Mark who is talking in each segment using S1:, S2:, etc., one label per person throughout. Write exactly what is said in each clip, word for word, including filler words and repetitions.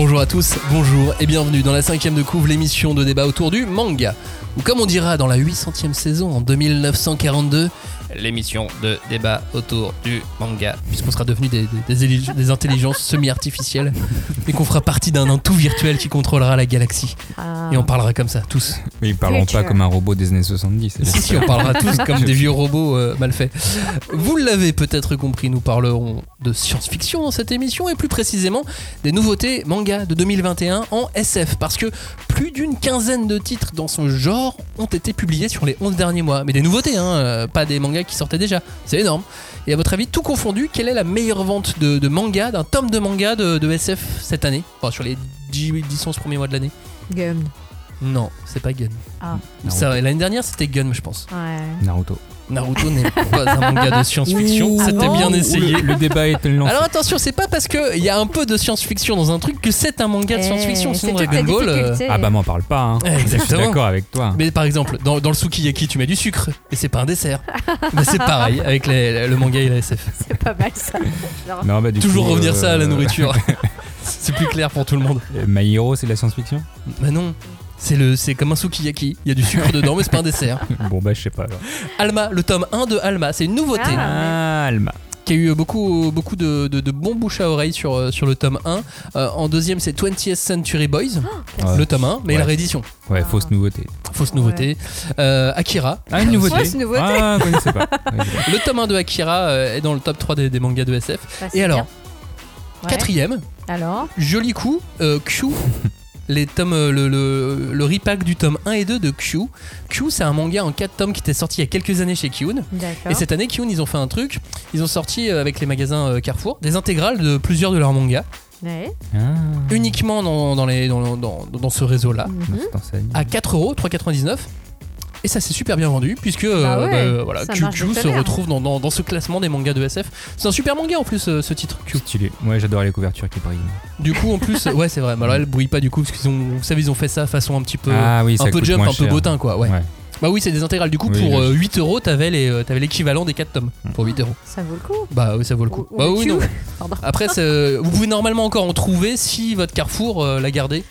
S1: Bonjour à tous, bonjour et bienvenue dans la cinquième de couve, l'émission de débat autour du manga. Ou comme on dira dans la huit centième saison en deux mille neuf cent quarante-deux, l'émission de débat autour du manga. Puisqu'on sera devenu des, des, des, éli- des intelligences semi-artificielles et qu'on fera partie d'un, d'un tout virtuel qui contrôlera la galaxie. Ah. Et on parlera comme ça, tous.
S2: Mais ils parleront pas comme un robot des années soixante-dix.
S1: Si, si, on parlera tous comme des vieux robots euh, mal faits. Vous l'avez peut-être compris, nous parlerons de science-fiction dans cette émission et plus précisément des nouveautés manga de deux mille vingt et un en S F. Parce que plus d'une quinzaine de titres dans son genre ont été publiés sur les onze derniers mois. Mais des nouveautés, hein, euh, pas des mangas qui sortaient déjà. C'est énorme. Et à votre avis, tout confondu, quelle est la meilleure vente de, de manga, d'un tome de manga de, de S F cette année, enfin, sur les dix onze premiers mois de l'année?
S3: Gun.
S1: Non, c'est pas Gun.
S3: Ah.
S1: Ça, l'année dernière, c'était Gun, je pense.
S3: Ouais.
S2: Naruto.
S1: Naruto n'est pas un manga de science-fiction.
S2: Ouh,
S1: C'était
S2: ah
S1: bien
S2: bon
S1: essayé.
S2: Le, le débat est lancé.
S1: Alors attention, c'est pas parce qu'il y a un peu de science-fiction dans un truc que c'est un manga de science-fiction.
S3: Eh,
S1: Sinon,
S3: c'est
S1: Dragon Ball. Euh...
S2: Ah bah m'en parle pas. Hein.
S1: Exactement.
S2: Je suis d'accord avec toi.
S1: Mais par exemple, dans, dans le sukiyaki, tu mets du sucre et c'est pas un dessert. Bah, c'est pareil avec les, le manga et la S F.
S3: C'est pas mal ça.
S2: Non, bah, du
S1: Toujours
S2: coup,
S1: revenir
S2: euh...
S1: ça à la nourriture. C'est plus clair pour tout le monde.
S2: My Hero, c'est de la science-fiction?
S1: Bah non. C'est, le, c'est comme un sukiyaki, il y a du sucre dedans mais c'est pas un dessert.
S2: Bon bah je sais pas alors.
S1: Alma, le tome un de Alma, c'est une nouveauté.
S2: Ah, Alma.
S1: Qui a eu beaucoup, beaucoup de, de, de bons bouche à oreille sur, sur le tome un. Euh, en deuxième, c'est twentieth Century Boys, oh, le tome un, mais ouais. La réédition.
S2: Ouais, fausse nouveauté.
S1: Fausse nouveauté. Ouais. Euh, Akira.
S2: Ah, une nouveauté.
S3: Fausse nouveauté.
S2: Ah, je connaissais pas.
S1: Le tome un de Akira euh, est dans le top trois des, des mangas de S F.
S3: Bah,
S1: Et alors,
S3: ouais.
S1: Quatrième,
S3: alors
S1: joli coup, euh, Q. Les tomes, le, le, le repack du tome un et deux de Q. Q, c'est un manga en quatre tomes qui était sorti il y a quelques années chez Kiun.
S3: D'accord.
S1: Et cette année, Kiun, ils ont fait un truc. Ils ont sorti avec les magasins Carrefour des intégrales de plusieurs de leurs mangas.
S3: Ouais.
S2: Ah.
S1: Uniquement dans, dans, les, dans, dans, dans ce réseau-là.
S3: Mm-hmm.
S1: À quatre euros, trois quatre-vingt-dix-neuf. Et ça s'est super bien vendu puisque
S3: bah ouais,
S1: euh, bah, voilà, Q, Q se
S3: bien.
S1: retrouve dans, dans, dans ce classement des mangas de S F. C'est un super manga en plus, euh, ce titre. Q.
S2: Stylé. Ouais, j'adore les couvertures qui brillent.
S1: Du coup, en plus, ouais, c'est vrai. Mais alors, elle brille pas du coup parce qu'ils ont, vous savez, ils ont fait ça façon un petit peu,
S2: ah, oui,
S1: un peu jump, un
S2: cher.
S1: peu bottin, quoi. Ouais.
S2: ouais.
S1: Bah oui, c'est des intégrales. Du coup,
S2: oui,
S1: pour
S2: oui.
S1: euh, huit euros, t'avais les, euh, t'avais l'équivalent des quatre tomes pour huit euros.
S3: Ça vaut le coup.
S1: Bah oui, ça vaut le coup.
S3: Ou,
S1: bah
S3: ou
S1: oui, non. Après, c'est, vous pouvez normalement encore en trouver si votre Carrefour euh, l'a gardé.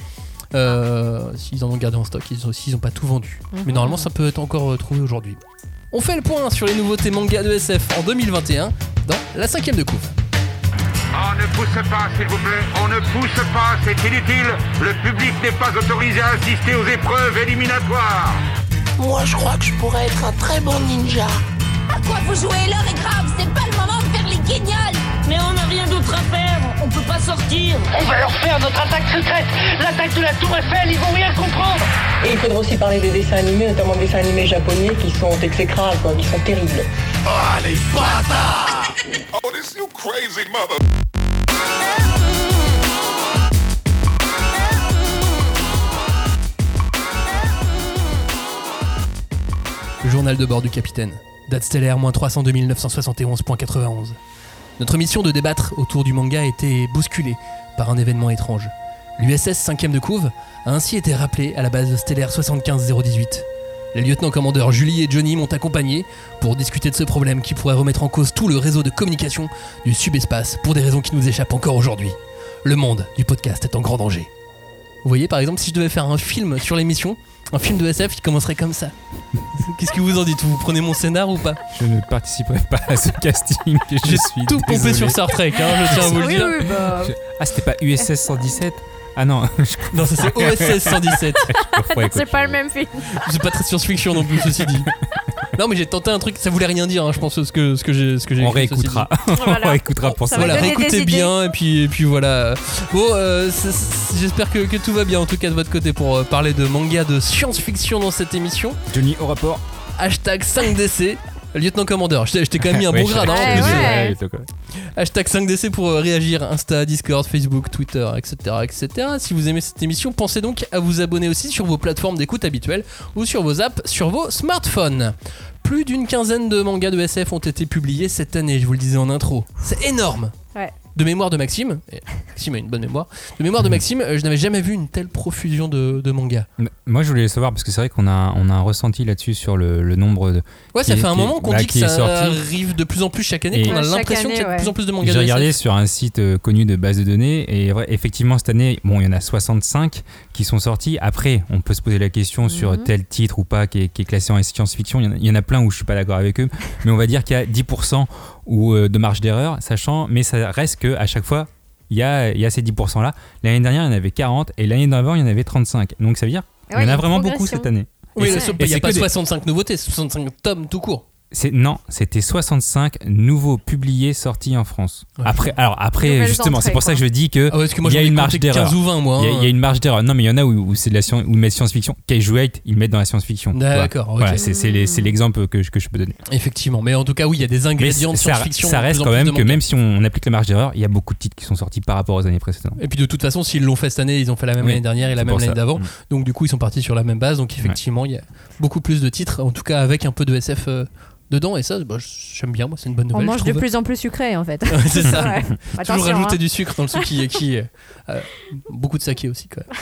S1: Euh, s'ils en ont gardé en stock, ils ont, s'ils n'ont pas tout vendu. Mm-hmm. Mais normalement, ça peut être encore euh, trouvé aujourd'hui. On fait le point sur les nouveautés manga de S F en deux mille vingt et un dans la cinquième de couve.
S4: On ne pousse pas, s'il vous plaît. On ne pousse pas, c'est inutile. Le public n'est pas autorisé à assister aux épreuves éliminatoires.
S5: Moi, je crois que je pourrais être un très bon ninja.
S6: À quoi vous jouez? L'heure est grave, c'est pas le moment de faire les guignols.
S7: Mais on n'a rien d'autre à faire, on peut pas sortir.
S8: On va leur faire notre attaque secrète, l'attaque de la Tour Eiffel, ils vont rien comprendre.
S9: Et il faudra aussi parler des dessins animés, notamment des dessins animés japonais qui sont exécrables, quoi, qui sont terribles.
S4: Oh, les bâtards! Oh, this you crazy mother...
S1: Le journal de bord du capitaine. Date stellaire moins trois cent deux mille neuf cent soixante et onze virgule quatre-vingt-onze. Notre mission de débattre autour du manga a été bousculée par un événement étrange. L'U S S cinquième de couve a ainsi été rappelée à la base stellaire soixante-quinze zéro dix-huit. Les lieutenants-commandeurs Julie et Johnny m'ont accompagné pour discuter de ce problème qui pourrait remettre en cause tout le réseau de communication du subespace pour des raisons qui nous échappent encore aujourd'hui. Le monde du podcast est en grand danger. Vous voyez, par exemple, si je devais faire un film sur l'émission, un film de S F qui commencerait comme ça. Qu'est-ce que vous en dites? Vous prenez mon scénar ou pas?
S2: Je ne participerai pas à ce casting. Je
S1: J'ai
S2: suis
S1: tout pompé
S2: désolé.
S1: sur Star Trek, hein, je tiens à vous le
S3: oui,
S1: dire.
S3: oui, bah...
S2: Je... Ah, c'était pas U S S cent dix-sept? Ah non, je...
S1: Non, ça c'est O S S cent dix-sept.
S2: Parfois, écoute,
S3: c'est pas
S2: je...
S3: le même film.
S1: C'est pas très science-fiction non plus, ceci dit. Non, mais j'ai tenté un truc, ça voulait rien dire, hein, je pense, ce que, ce que j'ai, ce que j'ai
S2: On
S1: écrit,
S2: réécoutera.
S3: Voilà.
S2: On réécoutera pour ça.
S1: Voilà,
S3: donner
S1: réécoutez
S3: des
S1: bien, et puis, et puis voilà. Bon, euh, c'est, c'est, j'espère que, que tout va bien, en tout cas de votre côté, pour euh, parler de manga de science-fiction dans cette émission.
S2: Johnny au rapport.
S1: Hashtag cinq D C. Lieutenant-commandeur, je t'ai, je t'ai quand même mis un
S2: Oui,
S1: bon
S2: je-
S1: grade, hein,
S3: Ouais,
S1: en plus.
S3: ouais.
S2: Ouais,
S1: Hashtag cinq D C pour euh, réagir, Insta, Discord, Facebook, Twitter, et cetera, et cetera. Si vous aimez cette émission, pensez donc à vous abonner aussi sur vos plateformes d'écoute habituelles ou sur vos apps sur vos smartphones. Plus d'une quinzaine de mangas de S F ont été publiés cette année, je vous le disais en intro. C'est énorme.
S3: Ouais.
S1: de mémoire de Maxime, et Maxime a une bonne mémoire, de mémoire de Maxime, euh, je n'avais jamais vu une telle profusion de, de mangas.
S2: Moi, je voulais le savoir parce que c'est vrai qu'on a, on a un ressenti là-dessus sur le, le nombre de.
S1: Ouais, ça
S2: qui,
S1: fait un
S2: qui,
S1: moment qu'on
S2: bah,
S1: dit que
S2: ça
S1: ça arrive de plus en plus chaque année,
S2: et
S1: qu'on a
S3: chaque
S1: l'impression
S3: année,
S1: qu'il y a de
S3: ouais.
S1: plus en plus de mangas.
S2: J'ai
S1: de
S2: regardé
S1: S F.
S2: sur un site euh, connu de base de données et ouais, effectivement cette année, bon, il y en a soixante-cinq qui sont sortis. Après, on peut se poser la question sur
S3: Mhm.
S2: tel titre ou pas qui est, qui est classé en science-fiction. Il y en a, il y en a plein où je suis pas d'accord avec eux, mais on va dire qu'il y a dix pour cent ou euh, de marge d'erreur, sachant, mais ça reste que à chaque fois. Il y, a, il y a ces dix pour cent là. L'année dernière, il y en avait quarante et l'année d'avant, il y en avait trente-cinq. Donc ça veut dire qu'il
S3: Ouais,
S2: y en
S3: y
S2: a
S3: a
S2: vraiment
S3: une
S2: beaucoup
S3: progression.
S2: cette année.
S1: Oui,
S2: Et
S1: mais
S2: c'est-
S1: sauf
S2: et
S1: qu'il n'y a
S2: c'est
S1: pas
S2: que des-
S1: soixante-cinq nouveautés, c'est soixante-cinq tomes tout court.
S2: C'est, non, c'était soixante-cinq nouveaux publiés sortis en France.
S1: Ouais.
S2: Après, alors après,
S3: Nouvelles
S2: justement,
S3: entrées,
S2: c'est pour ça
S3: quoi.
S2: que je dis que
S1: Ah ouais, parce que moi
S2: il y a
S1: j'en ai
S2: une
S1: compté
S2: marge d'erreur.
S1: quinze ou vingt moi.
S2: il y, a,
S1: hein.
S2: il y a une marge d'erreur. Non, mais il y en a où, où c'est de la science, où ils mettent science-fiction. Cage Weight, ils le mettent dans la science-fiction.
S1: D'accord, ok.
S2: Voilà, c'est, c'est, les- c'est l'exemple que je, que je peux donner.
S1: Effectivement, mais en tout cas, oui, il y a des
S2: Mais
S1: ingrédients de
S2: ça,
S1: science-fiction.
S2: ça
S1: de
S2: reste
S1: plus en
S2: quand
S1: plus
S2: même
S1: de
S2: que
S1: mangas.
S2: même si on applique la marge d'erreur, il y a beaucoup de titres qui sont sortis par rapport aux années précédentes.
S1: Et puis de toute façon, s'ils l'ont fait cette année, ils ont fait la même
S2: Oui,
S1: l'année dernière et la
S2: c'est
S1: même
S2: pour
S1: l'année
S2: ça.
S1: d'avant.
S2: Mm.
S1: Donc du coup, ils sont partis sur la même base. Donc effectivement, il y a beaucoup plus de titres, en tout cas avec un peu de S F euh, dedans. Et ça, bah, j'aime bien. Moi, c'est une bonne
S3: On
S1: nouvelle.
S3: mange
S1: je
S3: de
S1: trouve.
S3: plus en plus sucré en fait.
S1: Ouais, c'est ça.
S3: Ouais.
S1: Toujours
S3: Attention,
S1: rajouter
S3: hein.
S1: du sucre dans le sukiyaki. euh, euh, beaucoup de saké aussi, quoi.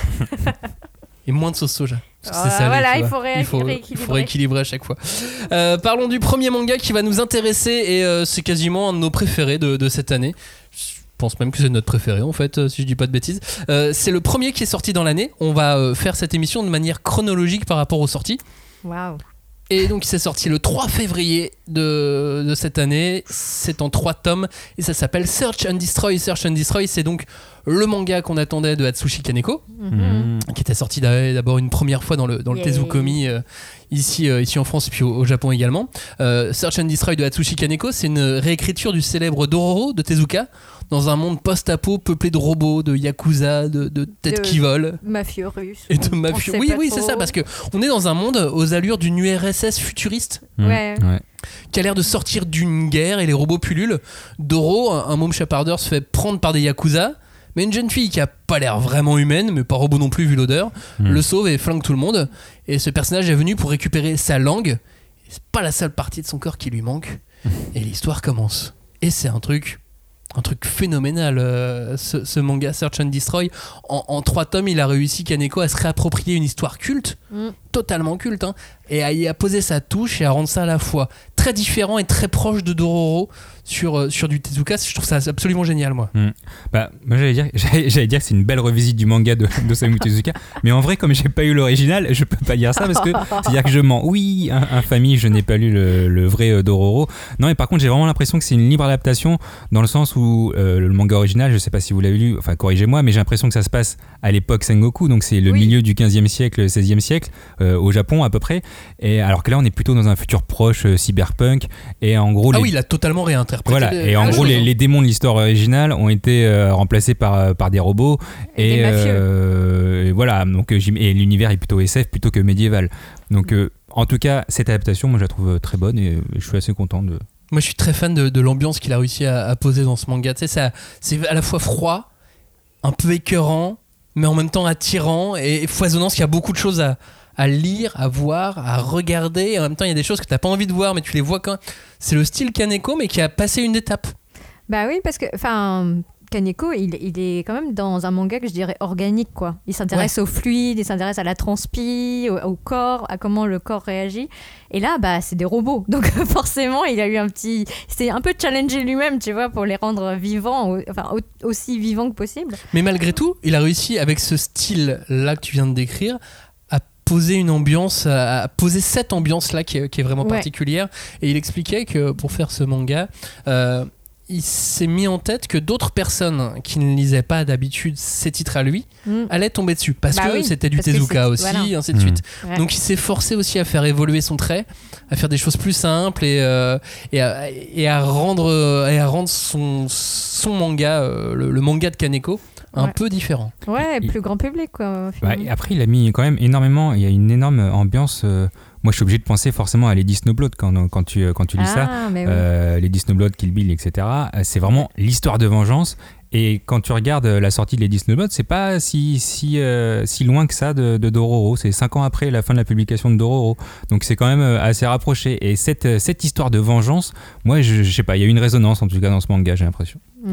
S1: Et moins de sauce soja. Parce que c'est
S3: Ah,
S1: salé,
S3: voilà,
S1: tu
S3: il
S1: vois.
S3: faut ré-
S1: il faut,
S3: rééquilibrer.
S1: faut rééquilibrer à chaque fois. Euh, parlons du premier manga qui va nous intéresser et euh, c'est quasiment un de nos préférés de, de cette année. Je pense même que c'est notre préféré en fait, euh, si je dis pas de bêtises. Euh, c'est le premier qui est sorti dans l'année. On va euh, faire cette émission de manière chronologique par rapport aux sorties.
S3: Waouh.
S1: Et donc il s'est sorti le trois février de, de cette année. C'est en trois tomes et ça s'appelle Search and Destroy. Search and Destroy, c'est donc le manga qu'on attendait de Atsushi Kaneko,
S3: Mhm.
S1: qui était sorti d'a- d'abord une première fois dans le, dans le
S3: Yay.
S1: Tezukomi euh, ici, euh, ici en France et puis au, au Japon également. Euh, Search and Destroy de Atsushi Kaneko, c'est une réécriture du célèbre Dororo de Tezuka dans un monde post-apo peuplé de robots, de yakuza, de, de têtes
S3: De-
S1: qui volent.
S3: Mafieux russe.
S1: Et de
S3: On
S1: mafieux.
S3: sait
S1: Oui,
S3: pas
S1: oui,
S3: trop.
S1: c'est ça, parce que on est dans un monde aux allures d'une U R S S futuriste
S2: Mmh.
S3: Ouais.
S2: Ouais.
S1: qui a l'air de sortir d'une guerre et les robots pullulent. Doro, un, un môme chaparder, se fait prendre par des yakuza, mais une jeune fille qui a pas l'air vraiment humaine, mais pas robot non plus vu l'odeur,
S2: Mm.
S1: le sauve et flingue tout le monde. Et ce personnage est venu pour récupérer sa langue. Et c'est pas la seule partie de son corps qui lui manque. Et l'histoire commence. Et c'est un truc. Un truc phénoménal, euh, ce, ce manga Search and Destroy. En, en trois tomes, il a réussi, Kaneko, à se réapproprier une histoire culte,
S3: Mm.
S1: totalement culte, hein, et à y a posé sa touche et à rendre ça à la fois très différent et très proche de Dororo sur, euh, sur du Tezuka. Je trouve ça absolument génial, moi.
S2: Bah, moi j'allais dire, j'allais, j'allais dire que c'est une belle revisite du manga de, d'Osamu Tezuka, mais en vrai, comme j'ai pas eu l'original, je peux pas dire ça parce que c'est-à-dire que je mens. Oui, un- infamie, je n'ai pas lu le, le vrai euh, Dororo. Non, mais par contre, j'ai vraiment l'impression que c'est une libre adaptation dans le sens où euh, le manga original, je sais pas si vous l'avez lu, enfin corrigez-moi, mais j'ai l'impression que ça se passe à l'époque Sengoku, donc c'est le
S3: Oui.
S2: milieu du quinzième siècle, seizième siècle, euh, au Japon à peu près. Et alors que là, on est plutôt dans un futur proche, euh, cyberpunk, et en gros,
S1: Ah
S2: les-
S1: oui, il a totalement réinterprété.
S2: voilà,
S1: les-
S2: et en
S1: la
S2: gros,
S1: chose,
S2: les,
S1: hein.
S2: les démons de l'histoire originale ont été euh, remplacés par, par des robots.
S3: Et
S2: Et,
S3: des mafieux.
S2: euh, et voilà, donc, euh, j'im- et l'univers est plutôt S F plutôt que médiéval. Donc, euh, en tout cas, cette adaptation, moi, je la trouve euh, très bonne et euh, je suis assez content de.
S1: Moi, je suis très fan de, de l'ambiance qu'il a réussi à, à poser dans ce manga. Tu sais, ça, c'est à la fois froid, un peu écœurant, mais en même temps attirant et foisonnant, parce qu'il y a beaucoup de choses à, à lire, à voir, à regarder. Et en même temps, il y a des choses que tu n'as pas envie de voir, mais tu les vois quand même. C'est le style Kaneko, mais qui a passé une étape.
S3: Bah oui, parce que, enfin, Kaneko, il, il est quand même dans un manga que je dirais organique, quoi. Il s'intéresse au fluide, il s'intéresse à la transpi, au, au corps, à comment le corps réagit. Et là, bah, c'est des robots. Donc forcément, il a eu un petit... C'était un peu challengé lui-même, tu vois, pour les rendre vivants, au- enfin, au- aussi vivants que possible.
S1: Mais malgré tout, il a réussi, avec ce style-là que tu viens de décrire, à poser une ambiance, à poser cette ambiance-là qui est, qui est vraiment
S3: Ouais.
S1: particulière. Et il expliquait que pour faire ce manga, euh, il s'est mis en tête que d'autres personnes qui ne lisaient pas d'habitude ses titres à lui
S3: Mm.
S1: allaient tomber dessus. Parce
S3: Bah
S1: que
S3: oui,
S1: c'était du
S3: parce que
S1: Tezuka
S3: c'est-
S1: aussi,
S3: voilà.
S1: ainsi de
S2: Mm.
S1: suite.
S3: Ouais.
S1: Donc il s'est forcé aussi à faire évoluer son trait, à faire des choses plus simples et, euh, et, à, et à rendre, euh, et à rendre son, son manga, euh, le, le manga de Kaneko, un
S3: Ouais.
S1: peu différent.
S3: Ouais,
S2: Il-
S3: plus grand public, quoi.
S2: Bah,
S3: finalement.
S2: et après, il a mis quand même énormément. Il y a une énorme ambiance. euh, moi, je suis obligé de penser forcément à Lady Snowblood quand, quand, tu, quand tu lis ça.
S3: Ah, mais oui.
S2: Euh, Lady Snowblood, Kill Bill, et cetera. Euh, C'est vraiment l'histoire de vengeance. Et quand tu regardes euh, la sortie de Lady Snowblood, c'est pas si, si, euh, si loin que ça de, de Dororo. C'est cinq ans après la fin de la publication de Dororo. Donc c'est quand même euh, assez rapproché. Et cette, euh, cette histoire de vengeance, moi, je, je sais pas, il y a une résonance en tout cas dans ce manga, j'ai l'impression.
S3: Mm.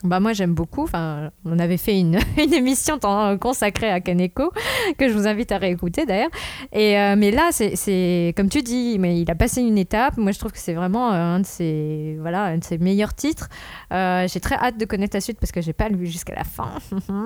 S3: Bah moi j'aime beaucoup, enfin, on avait fait une, une émission tant, consacrée à Kaneko que je vous invite à réécouter d'ailleurs. Et, euh, mais là c'est, c'est comme tu dis, mais il a passé une étape. Moi je trouve que c'est vraiment un de ses, voilà, un de ses meilleurs titres. Euh, j'ai très hâte de connaître la suite parce que j'ai pas lu jusqu'à la fin.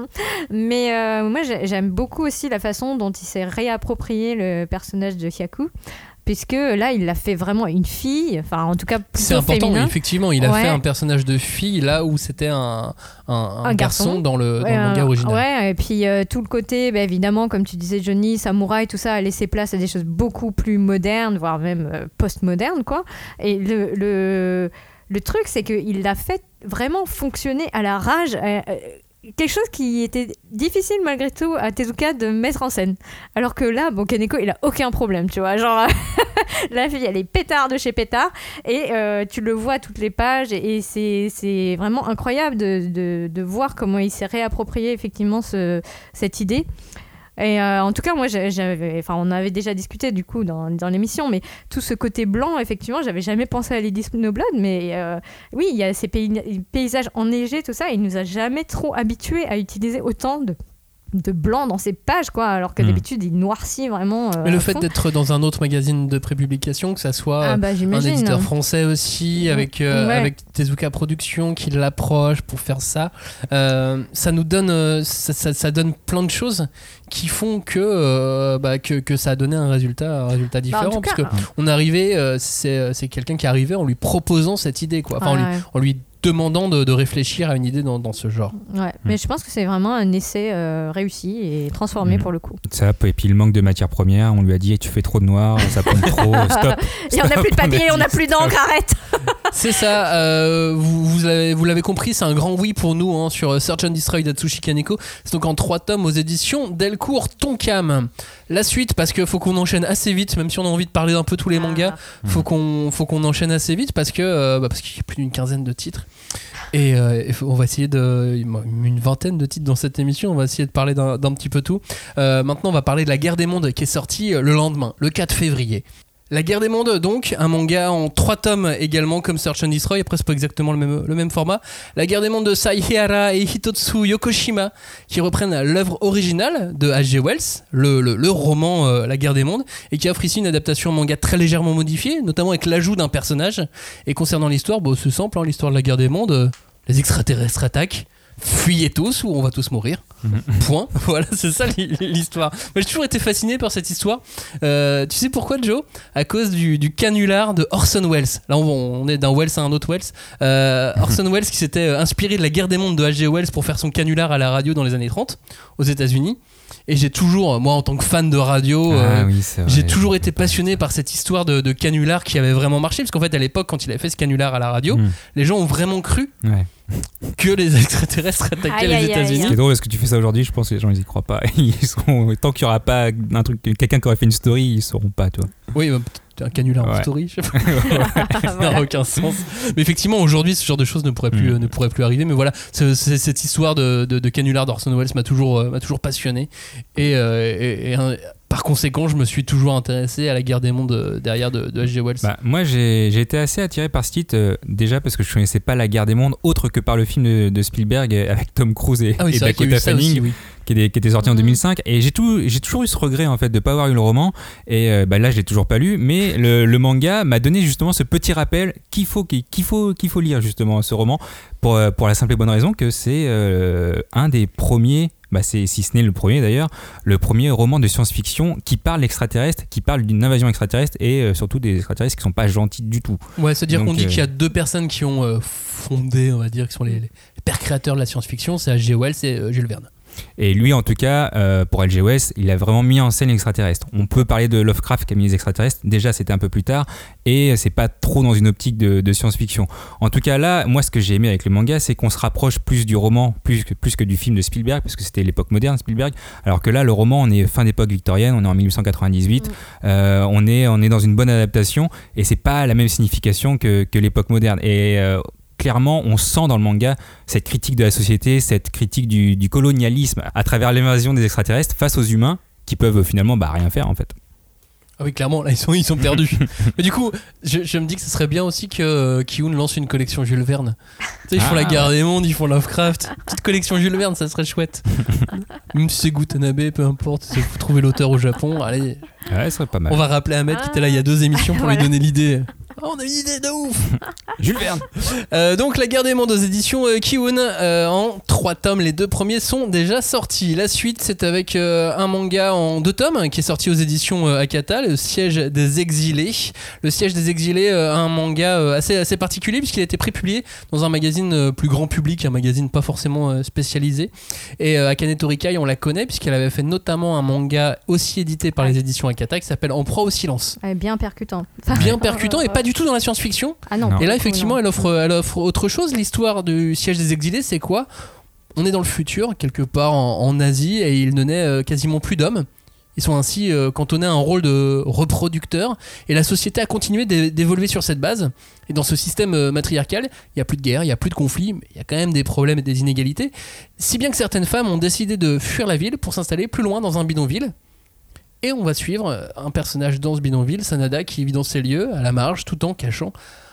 S3: Mais euh, moi j'aime beaucoup aussi la façon dont il s'est réapproprié le personnage de Hyaku. Puisque là, il l'a fait vraiment une fille, enfin en tout cas plutôt
S1: c'est important,
S3: féminin.
S1: Oui, effectivement, il a
S3: ouais.
S1: fait un personnage de fille là où c'était un, un, un,
S3: un
S1: garçon,
S3: garçon
S1: dans le,
S3: ouais,
S1: dans le manga original.
S3: Ouais, et puis euh, tout le côté, bah, évidemment, comme tu disais Johnny, samouraï, tout ça a laissé place à des choses beaucoup plus modernes, voire même euh, post-modernes, quoi. Et le, le, le truc, c'est qu'il l'a fait vraiment fonctionner à la rage. Euh, euh, quelque chose qui était difficile malgré tout à Tezuka de mettre en scène. Alors que là, bon, Kaneko, il a aucun problème, tu vois. Genre, la fille, elle est pétard de chez pétard. Et euh, tu le vois à toutes les pages. Et, et c'est, c'est vraiment incroyable de, de, de voir comment il s'est réapproprié effectivement ce, cette idée. Et euh, en tout cas, moi, j'avais, enfin, on avait déjà discuté du coup dans, dans l'émission, mais tout ce côté blanc, effectivement, j'avais jamais pensé à Lady Snowblood, mais euh, oui, il y a ces pays, paysages enneigés, tout ça, et il nous a jamais trop habitués à utiliser autant de de blanc dans ses pages, quoi, alors que mmh. d'habitude il noircit vraiment euh,
S1: mais le fait fond. D'être dans un autre magazine de prépublication, que ça soit
S3: ah bah,
S1: un éditeur français aussi, mmh. avec, euh, ouais. avec Tezuka Productions qui l'approche pour faire ça, euh, ça nous donne euh, ça, ça, ça donne plein de choses qui font que, euh, bah, que, que ça a donné un résultat, un résultat différent, bah, parce que hein. on arrivait, euh, c'est, c'est quelqu'un qui arrivait en lui proposant cette idée, quoi, enfin, ouais, en, lui, ouais. en lui demandant de, de réfléchir à une idée dans, dans ce genre.
S3: Ouais, mmh. mais je pense que c'est vraiment un essai euh, réussi et transformé mmh. pour le coup.
S2: Ça, et puis le manque de matière première, on lui a dit tu fais trop de noir, ça pompe trop, stop.
S3: Et on n'a plus de papier, on n'a plus d'encre, arrête.
S1: C'est ça, euh, vous, vous, avez, vous l'avez compris, c'est un grand oui pour nous hein, sur Search and Destroy d'Atsushi Kaneko. C'est donc en trois tomes aux éditions Delcourt Tonkam. La suite, parce qu'il faut qu'on enchaîne assez vite, même si on a envie de parler d'un peu tous les mangas, il faut qu'on, faut qu'on enchaîne assez vite parce, que, euh, bah parce qu'il y a plus d'une quinzaine de titres. Et, euh, et on va essayer de. Une vingtaine de titres dans cette émission, on va essayer de parler d'un, d'un petit peu tout. Euh, maintenant, on va parler de La Guerre des Mondes qui est sortie le lendemain, le quatre février. La Guerre des Mondes, donc, un manga en trois tomes également, comme Search and Destroy, après c'est pas exactement le même, le même format. La Guerre des Mondes de Saihara et Hitotsu Yokoshima, qui reprennent l'œuvre originale de H G Wells, le, le, le roman euh, La Guerre des Mondes, et qui offre ici une adaptation manga très légèrement modifiée, notamment avec l'ajout d'un personnage. Et concernant l'histoire, bon, c'est simple, hein, l'histoire de la Guerre des Mondes, euh, les extraterrestres attaquent. Fuyez tous ou on va tous mourir. Point. Voilà, c'est ça l'histoire. Moi, j'ai toujours été fasciné par cette histoire. Euh, tu sais pourquoi, Joe ? À cause du, du canular de Orson Welles. Là, on, on est d'un Welles à un autre Welles. Euh, Orson Welles qui s'était inspiré de La Guerre des Mondes de H G Wells pour faire son canular à la radio dans les années trente aux États-Unis. Et j'ai toujours, moi en tant que fan de radio,
S2: ah,
S1: euh,
S2: oui,
S1: j'ai toujours été passionné par cette histoire de, de canular qui avait vraiment marché. Parce qu'en fait, à l'époque, quand il avait fait ce canular à la radio, mmh. les gens ont vraiment cru ouais. que les extraterrestres attaquaient aïe, les aïe, États-Unis.
S2: C'est drôle parce que tu fais ça aujourd'hui, je pense que les gens ils y croient pas. Ils seront, tant qu'il y aura pas un truc, quelqu'un qui aurait fait une story, ils sauront pas, toi.
S1: Oui, bah, un canular ouais. en story, je sais pas. Ça n'a voilà. aucun sens. Mais effectivement, aujourd'hui, ce genre de choses ne pourrait plus, mmh. ne pourrait plus arriver. Mais voilà, c'est, c'est, cette histoire de, de, de canular d'Orson Welles m'a toujours, euh, m'a toujours passionné. Et, euh, et, et un, par conséquent, je me suis toujours intéressé à La Guerre des Mondes derrière de, de H G Wells.
S2: Bah, moi, j'ai, j'ai été assez attiré par ce titre, euh, déjà parce que je ne connaissais pas La Guerre des Mondes, autre que par le film de, de Spielberg avec Tom Cruise et,
S1: ah oui,
S2: et Dakota Fanning. Aussi, oui. Qui était, qui était sorti mmh. en deux mille cinq, et j'ai, tout, j'ai toujours eu ce regret en fait de ne pas avoir eu le roman, et euh, bah, là je l'ai toujours pas lu, mais le, le manga m'a donné justement ce petit rappel qu'il faut, qu'il faut, qu'il faut lire justement ce roman, pour, pour la simple et bonne raison que c'est euh, un des premiers, bah c'est, si ce n'est le premier d'ailleurs, le premier roman de science-fiction qui parle d'extraterrestres, qui parle d'une invasion extraterrestre, et euh, surtout des extraterrestres qui sont pas gentils du tout.
S1: Ouais, c'est-à-dire
S2: Donc,
S1: qu'on dit
S2: euh...
S1: qu'il y a deux personnes qui ont euh, fondé, on va dire, qui sont les, les pères créateurs de la science-fiction, c'est H G Wells et euh, Jules Verne.
S2: Et lui, en tout cas, euh, pour H G Wells, il a vraiment mis en scène l'extraterrestre. On peut parler de Lovecraft qui a mis les extraterrestres. Déjà, c'était un peu plus tard, et c'est pas trop dans une optique de, de science-fiction. En tout cas, là, moi, ce que j'ai aimé avec le manga, c'est qu'on se rapproche plus du roman, plus que, plus que du film de Spielberg, parce que c'était l'époque moderne, Spielberg. Alors que là, le roman, on est fin d'époque victorienne, on est en dix-huit cent quatre-vingt-dix-huit. Mmh. Euh, on est, on est dans une bonne adaptation, et c'est pas la même signification que, que l'époque moderne. Et euh, clairement, on sent dans le manga cette critique de la société, cette critique du, du colonialisme à travers l'invasion des extraterrestres face aux humains qui peuvent finalement bah, rien faire en fait.
S1: Ah oui, clairement, là ils sont, ils sont perdus. Mais du coup, je, je me dis que ce serait bien aussi que euh, Ki-hoon lance une collection Jules Verne. Tu sais, ils font
S2: Ah,
S1: la guerre
S2: ouais.
S1: des mondes, ils font Lovecraft. Petite collection Jules Verne, ça serait chouette. Même si c'est Gutanabe, peu importe, il faut trouver l'auteur au Japon. Allez,
S2: Ouais, ce serait pas mal.
S1: on va rappeler Ahmed qui était là il y a deux émissions pour lui
S3: Voilà.
S1: donner l'idée. Oh, on a une idée de ouf.
S2: Jules Verne.
S1: Euh, donc la guerre des mondes aux éditions euh, Kiun euh, en trois tomes. Les deux premiers sont déjà sortis. La suite, c'est avec euh, un manga en deux tomes qui est sorti aux éditions euh, Akata, le siège des exilés. Le siège des exilés, euh, un manga euh, assez, assez particulier puisqu'il a été prépublié dans un magazine euh, plus grand public, un magazine pas forcément euh, spécialisé. Et euh, Akane Torikai, on la connaît puisqu'elle avait fait notamment un manga aussi édité par les éditions Akata qui s'appelle En proie au silence.
S3: Ouais, bien percutant.
S1: Bien percutant et pas du tout dans la science-fiction.
S3: Ah non.
S2: Non.
S1: Et là,
S3: non.
S1: effectivement, elle offre, elle offre autre chose. L'histoire du siège des exilés, c'est quoi ? On est dans le futur, quelque part en, en Asie, et il ne naît euh, quasiment plus d'hommes. Ils sont ainsi euh, cantonnés à un rôle de reproducteur. Et la société a continué d'é- d'évoluer sur cette base. Et dans ce système euh, matriarcal, il n'y a plus de guerre, il n'y a plus de conflits, mais il y a quand même des problèmes et des inégalités. Si bien que certaines femmes ont décidé de fuir la ville pour s'installer plus loin dans un bidonville. Et on va suivre un personnage dans ce bidonville, Sanada, qui vit dans ces lieux, à la marge, tout en cachant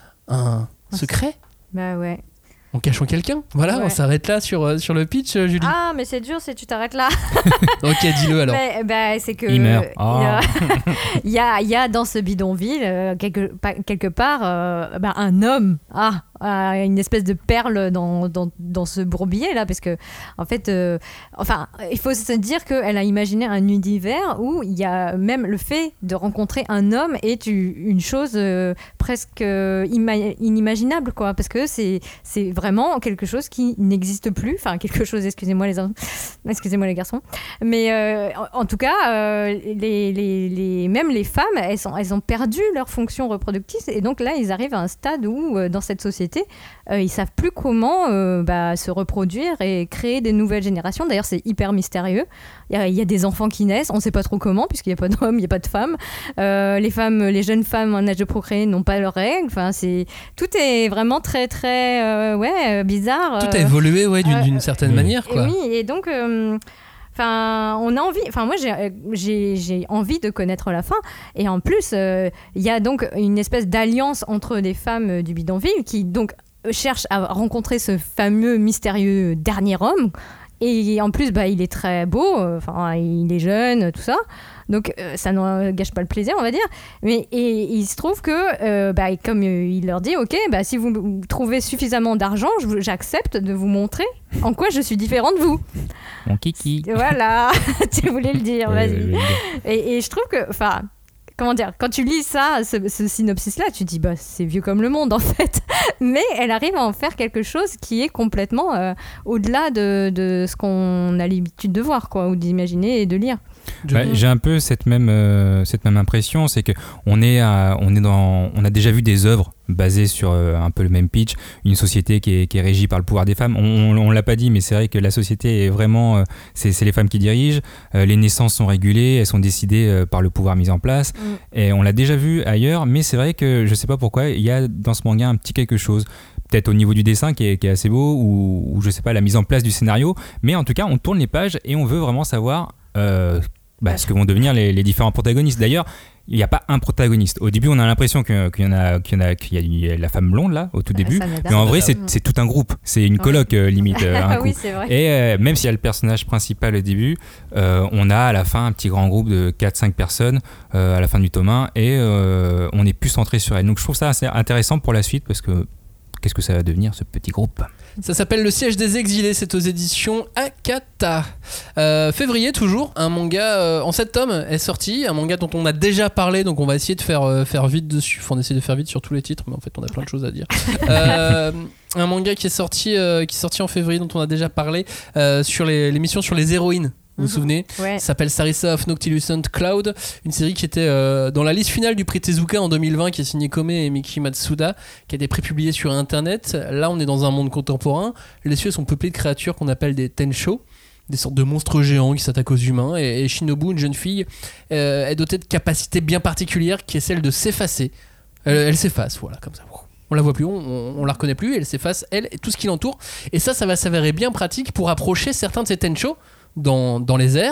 S1: un secret,
S3: Bah ouais.
S1: en cachant quelqu'un. Voilà,
S3: Ouais.
S1: on s'arrête là sur, euh, sur le pitch, euh, Julie.
S3: Ah, mais c'est dur si tu t'arrêtes là.
S1: Ok, dis-le alors.
S3: Mais, bah, c'est que
S2: Il meurt.
S3: il y a-
S2: Oh.
S3: il y, a, il y a dans ce bidonville euh, quelque, pa- quelque part euh, bah, un homme, ah, euh, une espèce de perle dans, dans, dans ce bourbier là, parce que en fait, euh, enfin, il faut se dire qu'elle a imaginé un univers où il y a même le fait de rencontrer un homme est u- une chose euh, presque euh, ima- inimaginable, quoi, parce que c'est c'est vraiment quelque chose qui n'existe plus, enfin quelque chose, excusez-moi les, excusez-moi les garçons, mais euh, en, en tout cas, euh, les, les, les, même les femmes, elles, sont, elles ont perdu leur fonction reproductive, et donc là, ils arrivent à un stade où, euh, dans cette société, euh, ils savent plus comment euh, bah, se reproduire et créer des nouvelles générations. D'ailleurs, c'est hyper mystérieux. Il y a, il y a des enfants qui naissent, on ne sait pas trop comment, puisqu'il n'y a pas d'hommes, il n'y a pas de femmes. Euh, les femmes, les jeunes femmes en âge de procréer n'ont pas leurs règles. Enfin, c'est tout est vraiment très très euh, ouais bizarre.
S1: Tout a
S3: euh,
S1: évolué, ouais, d'une,
S3: euh,
S1: d'une certaine
S2: oui.
S1: manière,
S3: et
S1: quoi.
S3: oui, et donc, euh, enfin, on a envie. Enfin, moi, j'ai, j'ai, j'ai envie de connaître la fin. Et en plus, il euh, y a donc une espèce d'alliance entre des femmes euh, du bidonville qui donc cherchent à rencontrer ce fameux mystérieux dernier homme. Et en plus, bah, il est très beau. Enfin, il est jeune, tout ça. Donc, euh, ça ne gâche pas le plaisir, on va dire. Mais et, il se trouve que, euh, bah, comme euh, il leur dit, ok, bah, si vous, vous trouvez suffisamment d'argent, je vous- j'accepte de vous montrer en quoi je suis différent de vous.
S2: Mon kiki.
S3: Voilà, tu voulais le dire,
S2: Ouais,
S3: vas-y.
S2: je vais le dire.
S3: Et, et je trouve que, enfin, comment dire, quand tu lis ça, ce, ce synopsis-là, tu te dis, bah, c'est vieux comme le monde, en fait. Mais elle arrive à en faire quelque chose qui est complètement euh, au-delà de, de ce qu'on a l'habitude de voir, quoi, ou d'imaginer et de lire.
S2: Bah, j'ai un peu cette même, euh, cette même impression, c'est que on est, à- on est dans, on a déjà vu des œuvres basées sur euh, un peu le même pitch, une société qui est, qui est régie par le pouvoir des femmes. On, on, on l'a pas dit, mais c'est vrai que la société est vraiment, euh, c'est, c'est les femmes qui dirigent. Euh, les naissances sont régulées, elles sont décidées euh, par le pouvoir mis en place.
S3: Mm.
S2: Et on l'a déjà vu ailleurs, mais c'est vrai que je sais pas pourquoi, il y a dans ce manga un petit quelque chose. Peut-être au niveau du dessin qui est, qui est assez beau, ou, ou je sais pas, la mise en place du scénario. Mais en tout cas, on tourne les pages et on veut vraiment savoir euh, bah, ce que vont devenir les, les différents protagonistes. D'ailleurs, il n'y a pas un protagoniste. Au début, on a l'impression que- qu'il y en a, qu'il y en a, qu'il y a la femme blonde là, au tout début.
S3: Sanada.
S2: Mais en vrai,
S1: Sanada.
S2: c'est, c'est tout un groupe. C'est une
S3: Ouais.
S2: coloc euh, limite euh, un
S3: Ah
S2: coup.
S3: oui, c'est vrai.
S2: Et euh, même s'il y a le personnage principal au début, euh, on a à la fin un petit grand groupe de quatre cinq personnes euh, à la fin du tome un, et euh, on est plus centré sur elle. Donc je trouve ça assez intéressant pour la suite, parce que qu'est-ce que ça va devenir, ce petit groupe ?
S1: Ça s'appelle Le Siège des Exilés, c'est aux éditions Akata. Euh, février toujours, un manga euh, en sept tomes est sorti, un manga dont on a déjà parlé, donc on va essayer de faire, euh, faire vite dessus. Faut on essaie de faire vite sur tous les titres, mais en fait on a plein de choses à dire. Euh, un manga qui est sorti, euh, qui est sorti en février, dont on a déjà parlé, euh, sur les, l'émission sur les héroïnes. Vous vous
S3: Mhm.
S1: souvenez ?
S3: Ouais.
S1: Ça s'appelle Sarissa of Noctilucent Cloud, une série qui était euh, dans la liste finale du prix Tezuka en deux mille vingt, qui est signée Kome et Miki Matsuda, qui a été prépubliée sur internet. Là, on est dans un monde contemporain. Les cieux sont peuplés de créatures qu'on appelle des Tensho, des sortes de monstres géants qui s'attaquent aux humains. Et, et Shinobu, une jeune fille, euh, est dotée de capacités bien particulières, qui est celle de s'effacer. Elle, elle s'efface, voilà, comme ça. On la voit plus, on, on, on la reconnaît plus, elle s'efface, elle et tout ce qui l'entoure. Et ça, ça va s'avérer bien pratique pour approcher certains de ces Tensho dans, dans les airs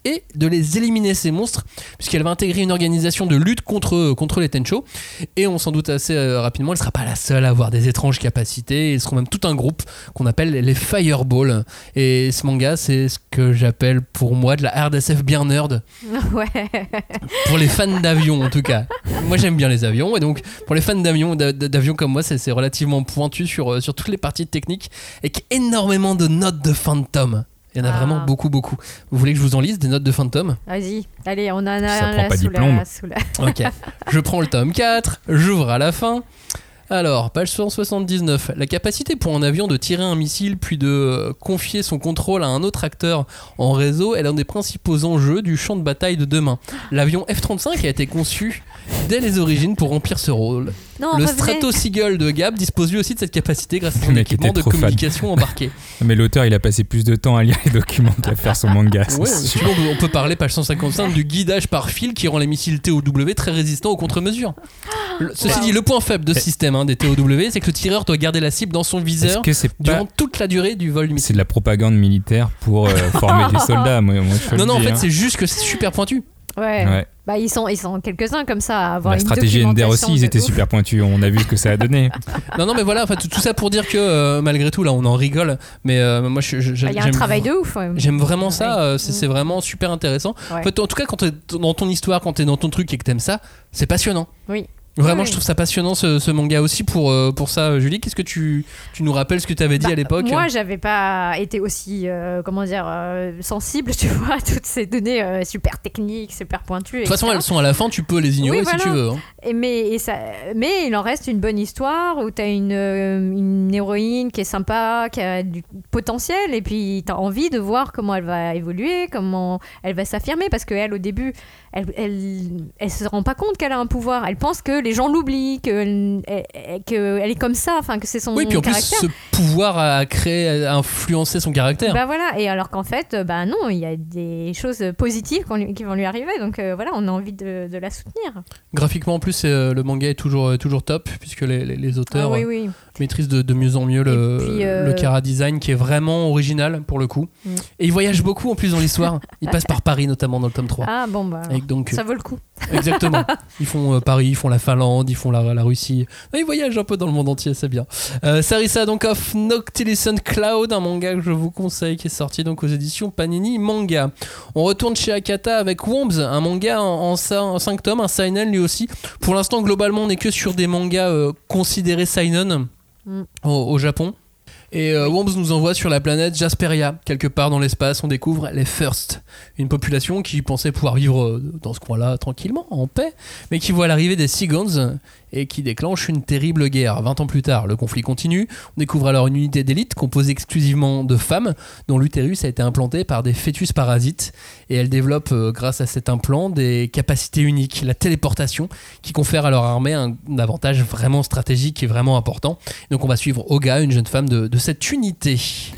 S1: et de les éliminer ces monstres, puisqu'elle va intégrer une organisation de lutte contre, contre les Tencho. Et on s'en doute assez euh, rapidement, elle ne sera pas la seule à avoir des étranges capacités. Ils seront même tout un groupe qu'on appelle les Fireball. Et ce manga, c'est ce que j'appelle pour moi de la R D S F bien nerd.
S3: Ouais.
S1: Pour les fans d'avions en tout cas. Moi j'aime bien les avions, et donc pour les fans d'avions, d'avions comme moi, c'est, c'est relativement pointu sur, sur toutes les parties techniques, et énormément de notes de Phantom. Il y en a ah. vraiment beaucoup, beaucoup. Vous voulez que je vous en lise des notes de Phantom ?
S3: Vas-y, allez, on en a
S2: Ça
S3: un
S2: prend
S3: là
S2: pas
S3: sous, la, sous la...
S1: Ok, je prends le tome quatre, j'ouvre à la fin. Alors, page cent soixante-dix-neuf. La capacité pour un avion de tirer un missile puis de confier son contrôle à un autre acteur en réseau est l'un des principaux enjeux du champ de bataille de demain. L'avion F trente-cinq a été conçu dès les origines pour remplir ce rôle.
S3: Non,
S1: le
S3: revenez.
S1: Strato Seagull de Gap dispose lui aussi de cette capacité grâce à son équipement de communication fan. embarqué.
S2: Mais l'auteur, il a passé plus de temps à lire les documents qu'à faire son manga.
S1: Ouais, sinon, on peut parler, page cent cinquante-cinq, du guidage par fil qui rend les missiles T O W très résistants aux contre-mesures. Le, ceci wow. dit, le point faible de ce système hein, des T O W, c'est que le tireur doit garder la cible dans son viseur durant pas... toute la durée du vol du missile.
S2: C'est de la propagande militaire pour euh, former des soldats. Moi, moi, je
S1: non, non,
S2: dis,
S1: en fait,
S2: hein.
S1: c'est juste que c'est super pointu.
S3: Ouais.
S2: ouais.
S3: Bah, ils sont, ils sont quelques-uns comme ça à avoir
S2: la
S3: une
S2: stratégie Ender aussi, ils étaient
S3: ouf.
S2: super pointus. On a vu ce que ça a donné.
S1: non, non, mais voilà, enfin, tout, tout ça pour dire que euh, malgré tout, là, on en rigole. Mais euh, moi, je, je,
S3: il y a un travail de ouf. Ouais.
S1: J'aime vraiment ça.
S3: Ouais.
S1: Euh, c'est, c'est vraiment super intéressant.
S3: Ouais.
S1: En fait, en tout cas, quand t'es dans ton histoire, quand t'es dans ton truc et que t'aimes ça, c'est passionnant.
S3: Oui.
S1: Vraiment,
S3: oui.
S1: je trouve ça passionnant ce, ce manga aussi pour, euh, pour ça. Julie, qu'est-ce que tu, tu nous rappelles ce que tu avais dit
S3: bah,
S1: à l'époque ?
S3: Moi, j'avais pas été aussi euh, comment dire, euh, sensible, tu vois, à toutes ces données euh, super techniques, super pointues.
S1: De toute façon, elles sont à la fin, tu peux les ignorer
S3: oui,
S1: si
S3: voilà.
S1: tu veux. Hein.
S3: Et mais, et ça, mais il en reste une bonne histoire où tu as une, une héroïne qui est sympa, qui a du potentiel, et puis tu as envie de voir comment elle va évoluer, comment elle va s'affirmer, parce qu'elle, au début, elle, elle, elle se rend pas compte qu'elle a un pouvoir. Elle pense que les gens l'oublient, qu'elle que est comme ça, enfin que c'est son
S1: oui, puis en
S3: caractère.
S1: plus, ce pouvoir a créé, a influencé son caractère.
S3: Bah voilà, et alors qu'en fait, bah non, il y a des choses positives qui vont lui arriver, donc euh, voilà, on a envie de, de la soutenir.
S1: Graphiquement, en plus, c'est, euh, le manga est toujours, toujours top, puisque les, les, les auteurs
S3: ah, oui, oui.
S1: maîtrisent de, de mieux en mieux le,
S3: puis, euh...
S1: le chara design, qui est vraiment original pour le coup. Mm. Et ils voyagent beaucoup en plus dans l'histoire. Ils passent par Paris, notamment dans le tome trois.
S3: Ah bon, bah,
S1: donc,
S3: ça vaut le coup.
S1: Exactement. Ils font euh, Paris, ils font la Finlande, ils font la, la Russie. Ils voyagent un peu dans le monde entier, c'est bien. Euh, Sarissa, donc, of Noctilucent Cloud, un manga que je vous conseille, qui est sorti donc aux éditions Panini Manga. On retourne chez Akata avec Wombs, un manga en, en cinq tomes, un seinen lui aussi. Pour l'instant, globalement, on n'est que sur des mangas euh, considérés seinen mm. au, au Japon. Et euh, Worms nous envoie sur la planète Jasperia, quelque part dans l'espace. On découvre les First, une population qui pensait pouvoir vivre dans ce coin-là tranquillement, en paix, mais qui voit l'arrivée des Seagons et qui déclenche une terrible guerre. vingt ans plus tard, le conflit continue. On découvre alors une unité d'élite composée exclusivement de femmes, dont l'utérus a été implanté par des fœtus parasites. Et elle développe, euh, grâce à cet implant, des capacités uniques, la téléportation, qui confère à leur armée un, un avantage vraiment stratégique et vraiment important. Donc on va suivre Oga, une jeune femme de, de cette unité.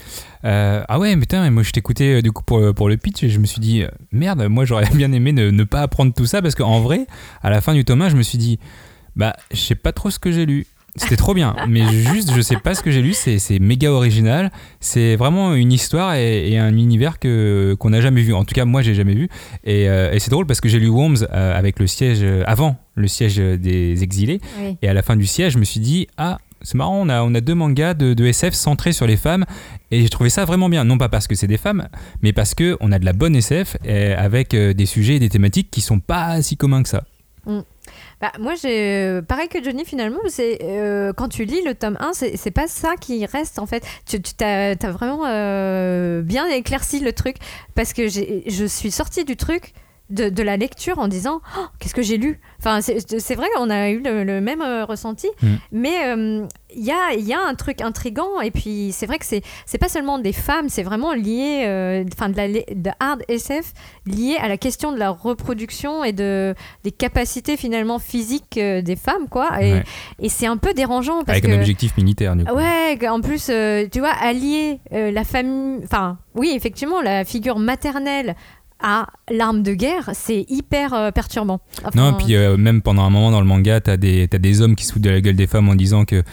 S2: Euh, ah ouais, mais putain, moi je t'écoutais euh, du coup pour, pour le pitch et je me suis dit, euh, merde, moi j'aurais bien aimé ne, ne pas apprendre tout ça parce qu'en vrai, à la fin du tome un, je me suis dit, bah, je sais pas trop ce que j'ai lu. C'était trop bien, mais juste, je sais pas ce que j'ai lu. C'est, c'est méga original. C'est vraiment une histoire et, et un univers que, qu'on n'a jamais vu. En tout cas, moi, j'ai jamais vu. Et, euh, et c'est drôle parce que j'ai lu Worms euh, avec le siège, euh, avant le siège des exilés. Oui. Et à la fin du siège, je me suis dit, ah, c'est marrant, on a, on a deux mangas de, de S F centrés sur les femmes. Et j'ai trouvé ça vraiment bien. Non pas parce que c'est des femmes, mais parce qu'on a de la bonne S F avec euh, des sujets et des thématiques qui sont pas si communs que ça.
S3: Mm. Bah, moi, j'ai pareil que Johnny finalement, c'est euh, quand tu lis le tome un, c'est, c'est pas ça qui reste en fait. Tu, tu t'as, t'as vraiment euh, bien éclairci le truc parce que j'ai, je suis sortie du truc. De, de la lecture en disant oh, qu'est-ce que j'ai lu, enfin c'est, c'est vrai qu'on a eu le, le même euh, ressenti mmh. mais il euh, y, a, y a un truc intriguant et puis c'est vrai que c'est, c'est pas seulement des femmes, c'est vraiment lié enfin euh, de la de hard S F lié à la question de la reproduction et de, des capacités finalement physiques euh, des femmes quoi et, ouais. et c'est un peu dérangeant parce
S2: avec
S3: que,
S2: un objectif militaire du coup.
S3: Ouais, en plus euh, tu vois allier euh, la famille, enfin oui effectivement la figure maternelle à l'arme de guerre, c'est hyper euh, perturbant. Enfin,
S2: non, et puis euh, même pendant un moment dans le manga, t'as des, t'as des hommes qui se foutent de la gueule des femmes en disant qu'elles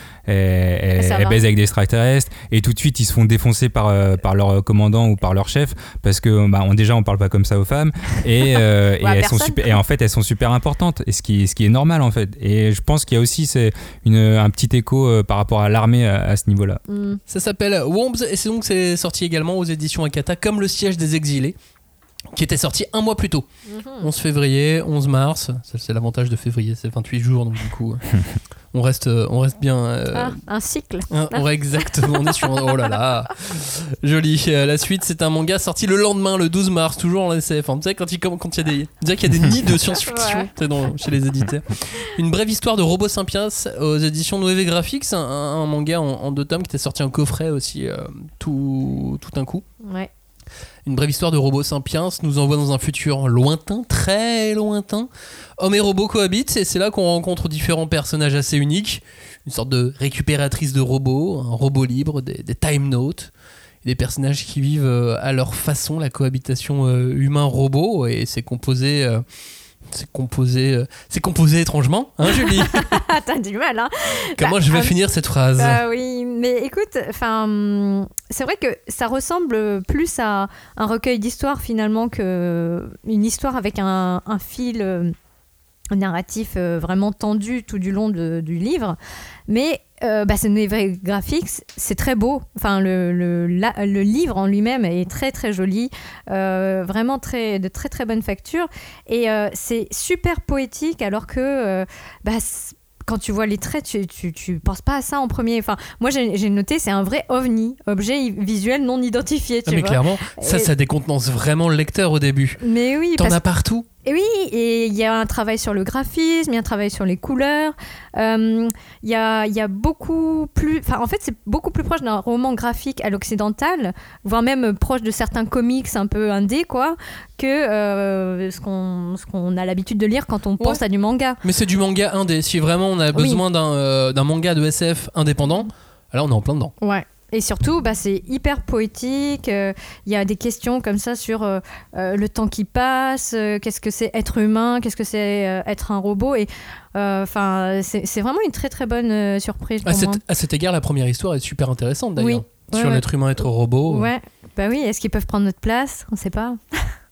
S2: elles baisent avec des extraterrestres, et tout de suite ils se font défoncer par, euh, par leur commandant ou par leur chef, parce que bah, on, déjà on parle pas comme ça aux femmes, et, euh, et, elles sont super, et en fait elles sont super importantes, et ce qui, ce qui est normal en fait. Et je pense qu'il y a aussi c'est une, un petit écho euh, par rapport à l'armée à, à ce niveau-là.
S1: Mm. Ça s'appelle Worms, et c'est donc c'est sorti également aux éditions Akata, comme Le Siège des Exilés, qui était sorti un mois plus tôt. Mmh. onze février, onze mars. Ça, c'est l'avantage de février, c'est vingt-huit jours, donc du coup, on reste, on reste bien. Euh,
S3: ah, un cycle.
S1: Un, on exactement, on est sur. Oh là là, joli. Euh, la suite, c'est un manga sorti le lendemain, le douze mars, toujours en S F. Hein, tu sais, quand il quand il y a des, on dirait qu'il y a des nids de science-fiction, ouais. dans, chez les éditeurs. Une brève histoire de Robo Sapiens aux éditions Noévé Graphics, un, un manga en, en deux tomes qui était sorti en coffret aussi, euh, tout, tout un coup.
S3: Ouais.
S1: Une brève histoire de Robo Sapiens nous envoie dans un futur lointain, très lointain. Hommes et robots cohabitent, et c'est là qu'on rencontre différents personnages assez uniques. Une sorte de récupératrice de robots, un robot libre, des, des time notes, des personnages qui vivent à leur façon la cohabitation euh, humain-robot, et c'est composé... Euh, C'est composé, euh, c'est composé étrangement, hein Julie?
S3: T'as du mal, hein?
S1: Comment bah, je vais euh, finir cette phrase?
S3: Bah oui, mais écoute, enfin, c'est vrai que ça ressemble plus à un recueil d'histoires finalement qu'une histoire avec un, un fil euh, narratif euh, vraiment tendu tout du long de, du livre. Mais euh, bah, c'est Noévé Graphics, c'est très beau. Enfin, le, le, la, le livre en lui-même est très très joli, euh, vraiment très, de très très bonne facture. Et euh, c'est super poétique, alors que euh, bah, quand tu vois les traits, tu, tu, tu penses pas à ça en premier. Enfin, moi j'ai, j'ai noté, c'est un vrai ovni, objet visuel non identifié. Tu
S1: mais
S3: vois.
S1: Clairement, ça,
S3: et...
S1: ça décontenance vraiment le lecteur au début.
S3: Mais oui,
S1: t'en
S3: parce...
S1: as partout.
S3: Et oui, et il y a un travail sur le graphisme, il y a un travail sur les couleurs. Euh, il y a, y a beaucoup plus... Enfin, en fait, c'est beaucoup plus proche d'un roman graphique à l'occidental, voire même proche de certains comics un peu indés, quoi, que euh, ce, qu'on, ce qu'on a l'habitude de lire quand on pense ouais. à du manga.
S1: Mais c'est du manga indé. Si vraiment on a besoin oui. d'un, euh, d'un manga de S F indépendant, là, on est en plein dedans.
S3: Ouais. Et surtout, bah, c'est hyper poétique. Il euh, y a des questions comme ça sur euh, euh, le temps qui passe, euh, qu'est-ce que c'est être humain, qu'est-ce que c'est euh, être un robot. Et enfin, euh, c'est, c'est vraiment une très très bonne euh, surprise pour
S1: à, cette,
S3: moi.
S1: à cet égard, la première histoire est super intéressante d'ailleurs.
S3: Oui.
S1: Sur
S3: ouais,
S1: l'être
S3: ouais.
S1: humain, être robot.
S3: Ouais, bah oui. Est-ce qu'ils peuvent prendre notre place? On ne sait pas.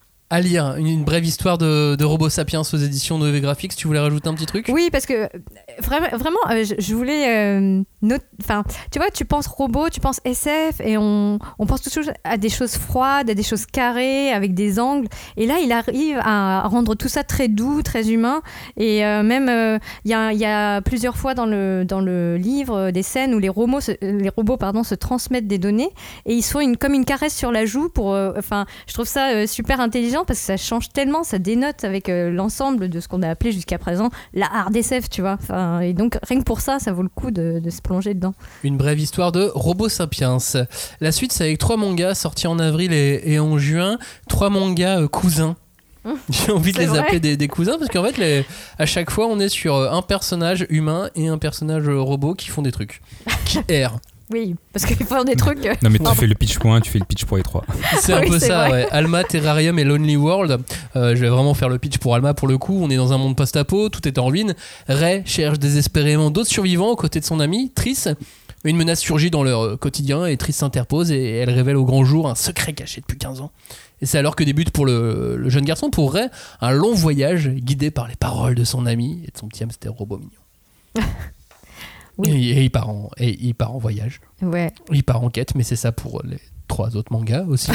S1: À lire, une, une brève histoire de, de Robo Sapiens aux éditions Noévé Graphics. Tu voulais rajouter un petit truc?
S3: Oui, parce que vraiment, vraiment euh, je, je voulais... Euh, not... Enfin, tu vois, tu penses robot, tu penses S F, et on, on pense toujours à des choses froides, à des choses carrées, avec des angles. Et là, il arrive à rendre tout ça très doux, très humain. Et euh, même, il euh, y, a, y a plusieurs fois dans le, dans le livre des scènes où les robots, se, les robots pardon, se transmettent des données, et ils se font une, comme une caresse sur la joue. Pour, enfin, euh, je trouve ça euh, super intelligent, parce que ça change tellement, ça dénote avec euh, l'ensemble de ce qu'on a appelé jusqu'à présent la hard S F, tu vois. Enfin, et donc rien que pour ça, ça vaut le coup de, de se plonger dedans.
S1: Une brève histoire de Robo Sapiens. La suite, c'est avec trois mangas sortis en avril et, et en juin, trois mangas euh, cousins. Mmh. J'ai envie de c'est les vrai. appeler des, des cousins, parce qu'en fait, les, à chaque fois, on est sur un personnage humain et un personnage robot qui font des trucs, qui errent.
S3: Oui, parce qu'il faut faire des trucs.
S2: Non, mais tu fais le pitch pour un, tu fais le pitch pour les trois.
S1: C'est un oui, peu c'est ça, ouais. Alma, Terrarium et Lonely World. Euh, je vais vraiment faire le pitch pour Alma pour le coup. On est dans un monde post-apo, tout est en ruine. Ray cherche désespérément d'autres survivants aux côtés de son amie, Triss. Une menace surgit dans leur quotidien et Triss s'interpose et elle révèle au grand jour un secret caché depuis quinze ans. Et c'est alors que débute pour le, le jeune garçon, pour Ray, un long voyage guidé par les paroles de son ami et de son petit hamster robot mignon. Oui. Et, et, il part en, et il part en voyage.
S3: Ouais.
S1: Il part en quête, mais c'est ça pour les trois autres mangas aussi.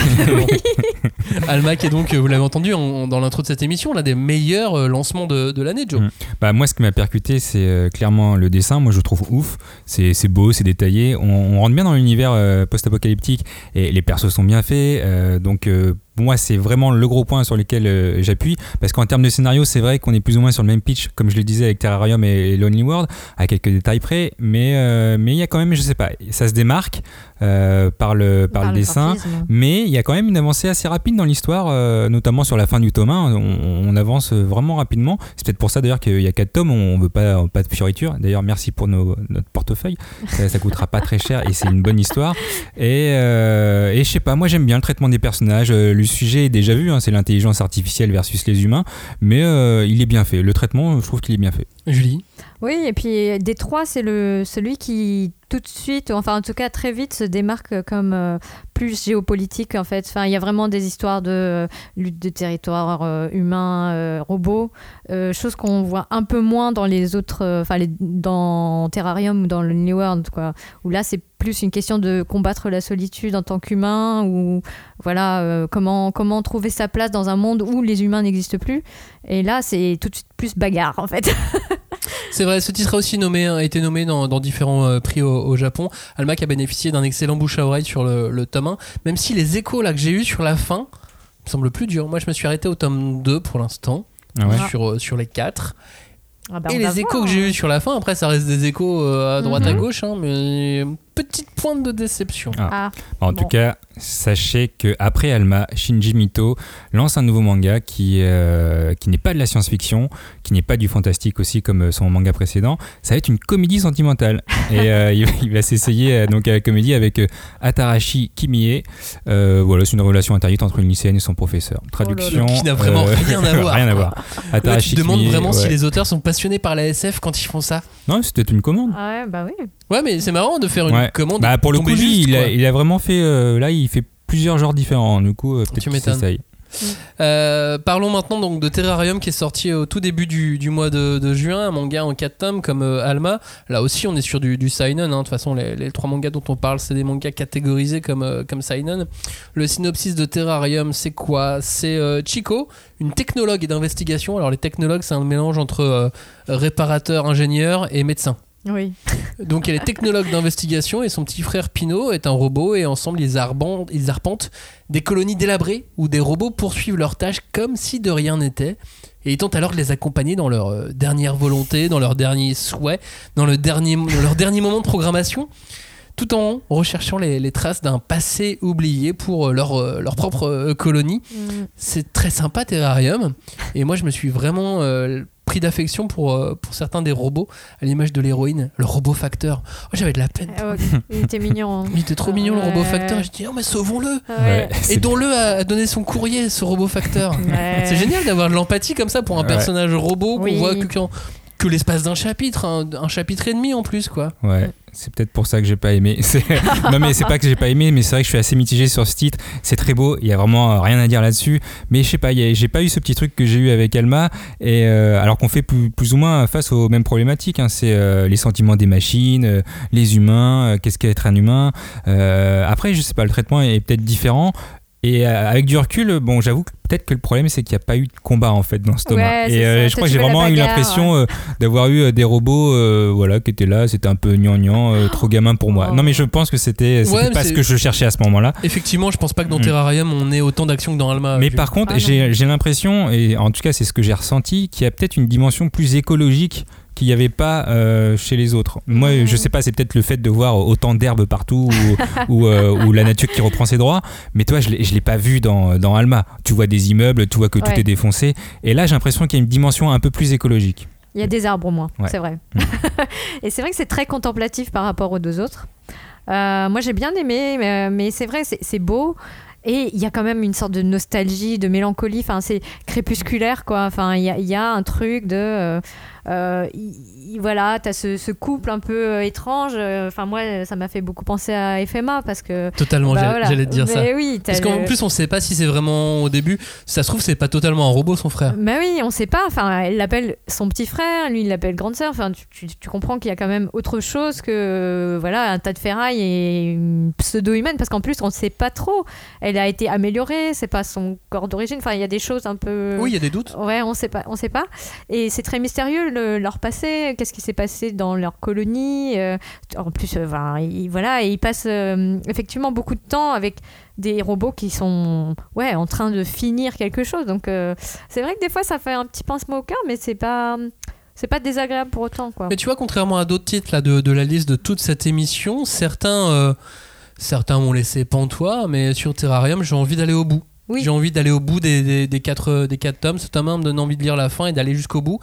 S1: Alma, qui est donc, vous l'avez entendu en, dans l'intro de cette émission, l'un des meilleurs lancements de, de l'année, Joe.
S2: Mmh. Bah, moi, ce qui m'a percuté, c'est euh, clairement le dessin. Moi, je le trouve ouf. C'est, c'est beau, c'est détaillé. On, on rentre bien dans l'univers euh, post-apocalyptique et les persos sont bien faits. Euh, donc, euh, pour moi, c'est vraiment le gros point sur lequel euh, j'appuie, parce qu'en termes de scénario, c'est vrai qu'on est plus ou moins sur le même pitch, comme je le disais avec Terrarium et, et Lonely World, à quelques détails près, mais euh, mais il y a quand même, je sais pas, ça se démarque. euh, par le, par
S3: Par
S2: le
S3: le
S2: dessin.
S3: graphisme.
S2: Mais il y a quand même une avancée assez rapide dans l'histoire, euh, notamment sur la fin du tome un. On, on avance vraiment rapidement. C'est peut-être pour ça d'ailleurs qu'il y a quatre tomes, on ne veut pas, pas de fioriture. D'ailleurs, merci pour nos, notre portefeuille. Ça, ça coûtera pas très cher et c'est une bonne histoire. Et, euh, et je sais pas, moi j'aime bien le traitement des personnages. Le sujet est déjà vu, hein, c'est l'intelligence artificielle versus les humains, mais euh, il est bien fait. Le traitement, je trouve qu'il est bien fait.
S1: Julie?
S3: Oui, et puis des trois, c'est le, celui qui tout de suite, enfin en tout cas très vite, se démarque comme euh, plus géopolitique en fait. Enfin, il y a vraiment des histoires de euh, lutte de territoire euh, humain, euh, robots, euh, chose qu'on voit un peu moins dans les autres, enfin euh, dans Terrarium ou dans le New World, quoi. Où là, c'est plus une question de combattre la solitude en tant qu'humain, ou voilà euh, comment comment trouver sa place dans un monde où les humains n'existent plus. Et là, c'est tout de suite plus bagarre en fait.
S1: C'est vrai, ce titre a aussi nommé, a été nommé dans, dans différents euh, prix au, au Japon. Alma qui a bénéficié d'un excellent bouche à oreille sur le, le tome un, même si les échos là, que j'ai eu sur la fin me semblent plus durs. Moi je me suis arrêté au tome deux pour l'instant,
S2: Ah ouais.
S1: sur, euh, sur les quatre.
S3: Ah bah,
S1: Et
S3: on
S1: les
S3: va
S1: échos
S3: voir,
S1: que j'ai
S3: hein.
S1: eu sur la fin, après ça reste des échos euh, à droite
S3: Mhm.
S1: à gauche, hein, mais petite pointe de déception.
S2: Ah.
S3: Ah,
S2: En
S3: Bon.
S2: tout cas, sachez qu'après Alma, Shinji Mito lance un nouveau manga qui, euh, qui n'est pas de la science-fiction, qui n'est pas du fantastique aussi comme son manga précédent. Ça va être une comédie sentimentale. Et euh, il, il va s'essayer euh, donc à la comédie avec euh, Atarashi Kimie. Euh, voilà, c'est une relation interdite entre une lycéenne et son professeur. Traduction.
S1: Qui n'a vraiment rien à voir.
S2: Rien à voir.
S1: Là,
S2: Atarashi
S1: tu te demandes
S2: Kimie,
S1: vraiment si
S2: ouais.
S1: les auteurs sont passionnés par la S F quand ils font ça.
S2: Non, c'était une commande.
S3: ah ouais, bah oui.
S1: Ouais, mais c'est marrant de faire une
S2: Ouais.
S1: commande.
S2: Bah, pour le coup,
S1: tomber
S2: lui,
S1: juste,
S2: il, a,
S1: quoi.
S2: il a vraiment fait. euh, là, il fait plusieurs genres différents. Du coup, euh, peut-être
S1: Tu
S2: qu'il
S1: m'étonnes.
S2: s'essaye.
S1: Euh, parlons maintenant donc de Terrarium qui est sorti au tout début du, du mois de, de juin, un manga en quatre tomes comme euh, Alma. Là aussi on est sur du, du seinen, hein. De toute façon les, les trois mangas dont on parle c'est des mangas catégorisés comme, euh, comme seinen. Le synopsis de Terrarium c'est quoi? C'est euh, Chico, une technologue et d'investigation. Alors les technologues c'est un mélange entre euh, réparateur, ingénieur et médecin.
S3: Oui.
S1: Donc elle est technologue d'investigation et son petit frère Pino est un robot et ensemble ils, arban- ils arpentent des colonies délabrées où des robots poursuivent leurs tâches comme si de rien n'était et ils tentent alors de les accompagner dans leur euh, dernière volonté, dans leur dernier souhait, dans, le dernier, dans leur dernier moment de programmation, tout en recherchant les, les traces d'un passé oublié pour euh, leur, euh, leur propre euh, colonie.
S3: Mm.
S1: C'est très sympa Terrarium et moi je me suis vraiment euh, pris d'affection pour, euh, pour certains des robots à l'image de l'héroïne, le robot facteur. Oh, j'avais de la peine.
S3: Ah ouais, il était mignon. hein.
S1: Il était trop mignon le
S3: Ouais.
S1: robot facteur. Je dis oh mais sauvons-le.
S3: Ouais.
S2: c'est-
S1: Aidons-le à, à donner son courrier ce robot facteur.
S3: Ouais.
S1: C'est génial d'avoir de l'empathie comme ça pour un
S2: Ouais.
S1: personnage robot qu'on
S3: Oui.
S1: voit que, quand- que l'espace d'un chapitre, un, un chapitre et demi en plus quoi.
S2: Ouais, c'est peut-être pour ça que j'ai pas aimé. C'est... non mais c'est pas que j'ai pas aimé, mais c'est vrai que je suis assez mitigé sur ce titre. C'est très beau, il y a vraiment rien à dire là-dessus. Mais je sais pas, il y a- j'ai pas eu ce petit truc que j'ai eu avec Alma. Et euh, alors qu'on fait plus, plus ou moins face aux mêmes problématiques. Hein. C'est euh, les sentiments des machines, euh, les humains, euh, qu'est-ce qu'être un humain. Euh, après, je sais pas, le traitement est peut-être différent. Et euh, avec du recul, bon, j'avoue que peut-être que le problème c'est qu'il n'y a pas eu de combat en fait dans ce tome.
S3: Ouais,
S2: et
S3: c'est
S2: euh,
S3: ça.
S2: je crois
S3: Toi,
S2: que
S3: tu
S2: j'ai
S3: veux la
S2: vraiment eu
S3: bagarre,
S2: l'impression
S3: ouais.
S2: euh, d'avoir eu euh, des robots, euh, voilà, qui étaient là. C'était un peu gnangnan, euh, trop gamin pour moi.
S3: Oh.
S2: Non, mais je pense que c'était, c'était
S1: Ouais, mais
S2: pas
S1: c'est-
S2: ce que je cherchais à ce moment-là.
S1: Effectivement, je pense pas que dans
S2: Mm.
S1: Terrarium on ait autant d'action que dans Alma.
S2: Mais
S1: Jules.
S2: par contre,
S3: Ah, non.
S2: j'ai, j'ai l'impression, et en tout cas c'est ce que j'ai ressenti, qu'il y a peut-être une dimension plus écologique qu'il n'y avait pas euh, chez les autres. Moi,
S3: Mhm.
S2: je sais pas, c'est peut-être le fait de voir autant d'herbes partout ou, ou, euh, ou la nature qui reprend ses droits, mais toi, je l'ai, je l'ai pas vu dans, dans Alma. Tu vois des immeubles, tu vois que tout
S3: Ouais.
S2: est défoncé, et là, j'ai l'impression qu'il y a une dimension un peu plus écologique.
S3: Il y a des arbres au moins,
S2: Ouais.
S3: c'est vrai.
S2: Mm.
S3: Et c'est vrai que c'est très contemplatif par rapport aux deux autres. Euh, moi j'ai bien aimé, mais, mais c'est vrai, c'est, c'est beau. Et il y a quand même une sorte de nostalgie, de mélancolie. Enfin, c'est crépusculaire, quoi. Enfin, il y a, il y a un truc de... Euh, euh, il- voilà, t'as ce, ce couple un peu euh, étrange. Euh, Enfin, moi, ça m'a fait beaucoup penser à F M A parce que...
S1: Totalement,
S3: bah,
S1: j'allais,
S3: voilà.
S1: j'allais te dire ça.
S3: Mais oui, t'as
S1: Parce qu'en
S3: le-
S1: plus on sait pas si c'est vraiment au début. Ça se trouve c'est pas totalement un robot son frère.
S3: Bah oui, on sait pas. Enfin, elle l'appelle son petit frère, lui il l'appelle grande sœur. Enfin, tu, tu- tu comprends qu'il y a quand même autre chose que euh, voilà un tas de ferraille et une pseudo-humaine parce qu'en plus on ne sait pas trop. Elle a été améliorée, c'est pas son corps d'origine. Enfin, il y a des choses un peu.
S1: Oui, il y a des doutes.
S3: Ouais, on sait pas, on sait pas. Et c'est très mystérieux le- leur passé. Qu'est-ce qui s'est passé dans leur colonie euh, En plus, euh, enfin, ils, voilà, et ils passent euh, effectivement beaucoup de temps avec des robots qui sont ouais en train de finir quelque chose. Donc euh, c'est vrai que des fois ça fait un petit pincement au cœur, mais c'est pas c'est pas désagréable pour autant quoi.
S1: Mais tu vois, contrairement à d'autres titres là, de, de la liste de toute cette émission, certains, euh, Certains m'ont laissé pantois, mais sur Terrarium, j'ai envie d'aller au bout.
S3: Oui.
S1: J'ai envie d'aller au bout des, des, des, quatre, des quatre tomes. Ce tome un me donne envie de lire la fin et d'aller jusqu'au bout.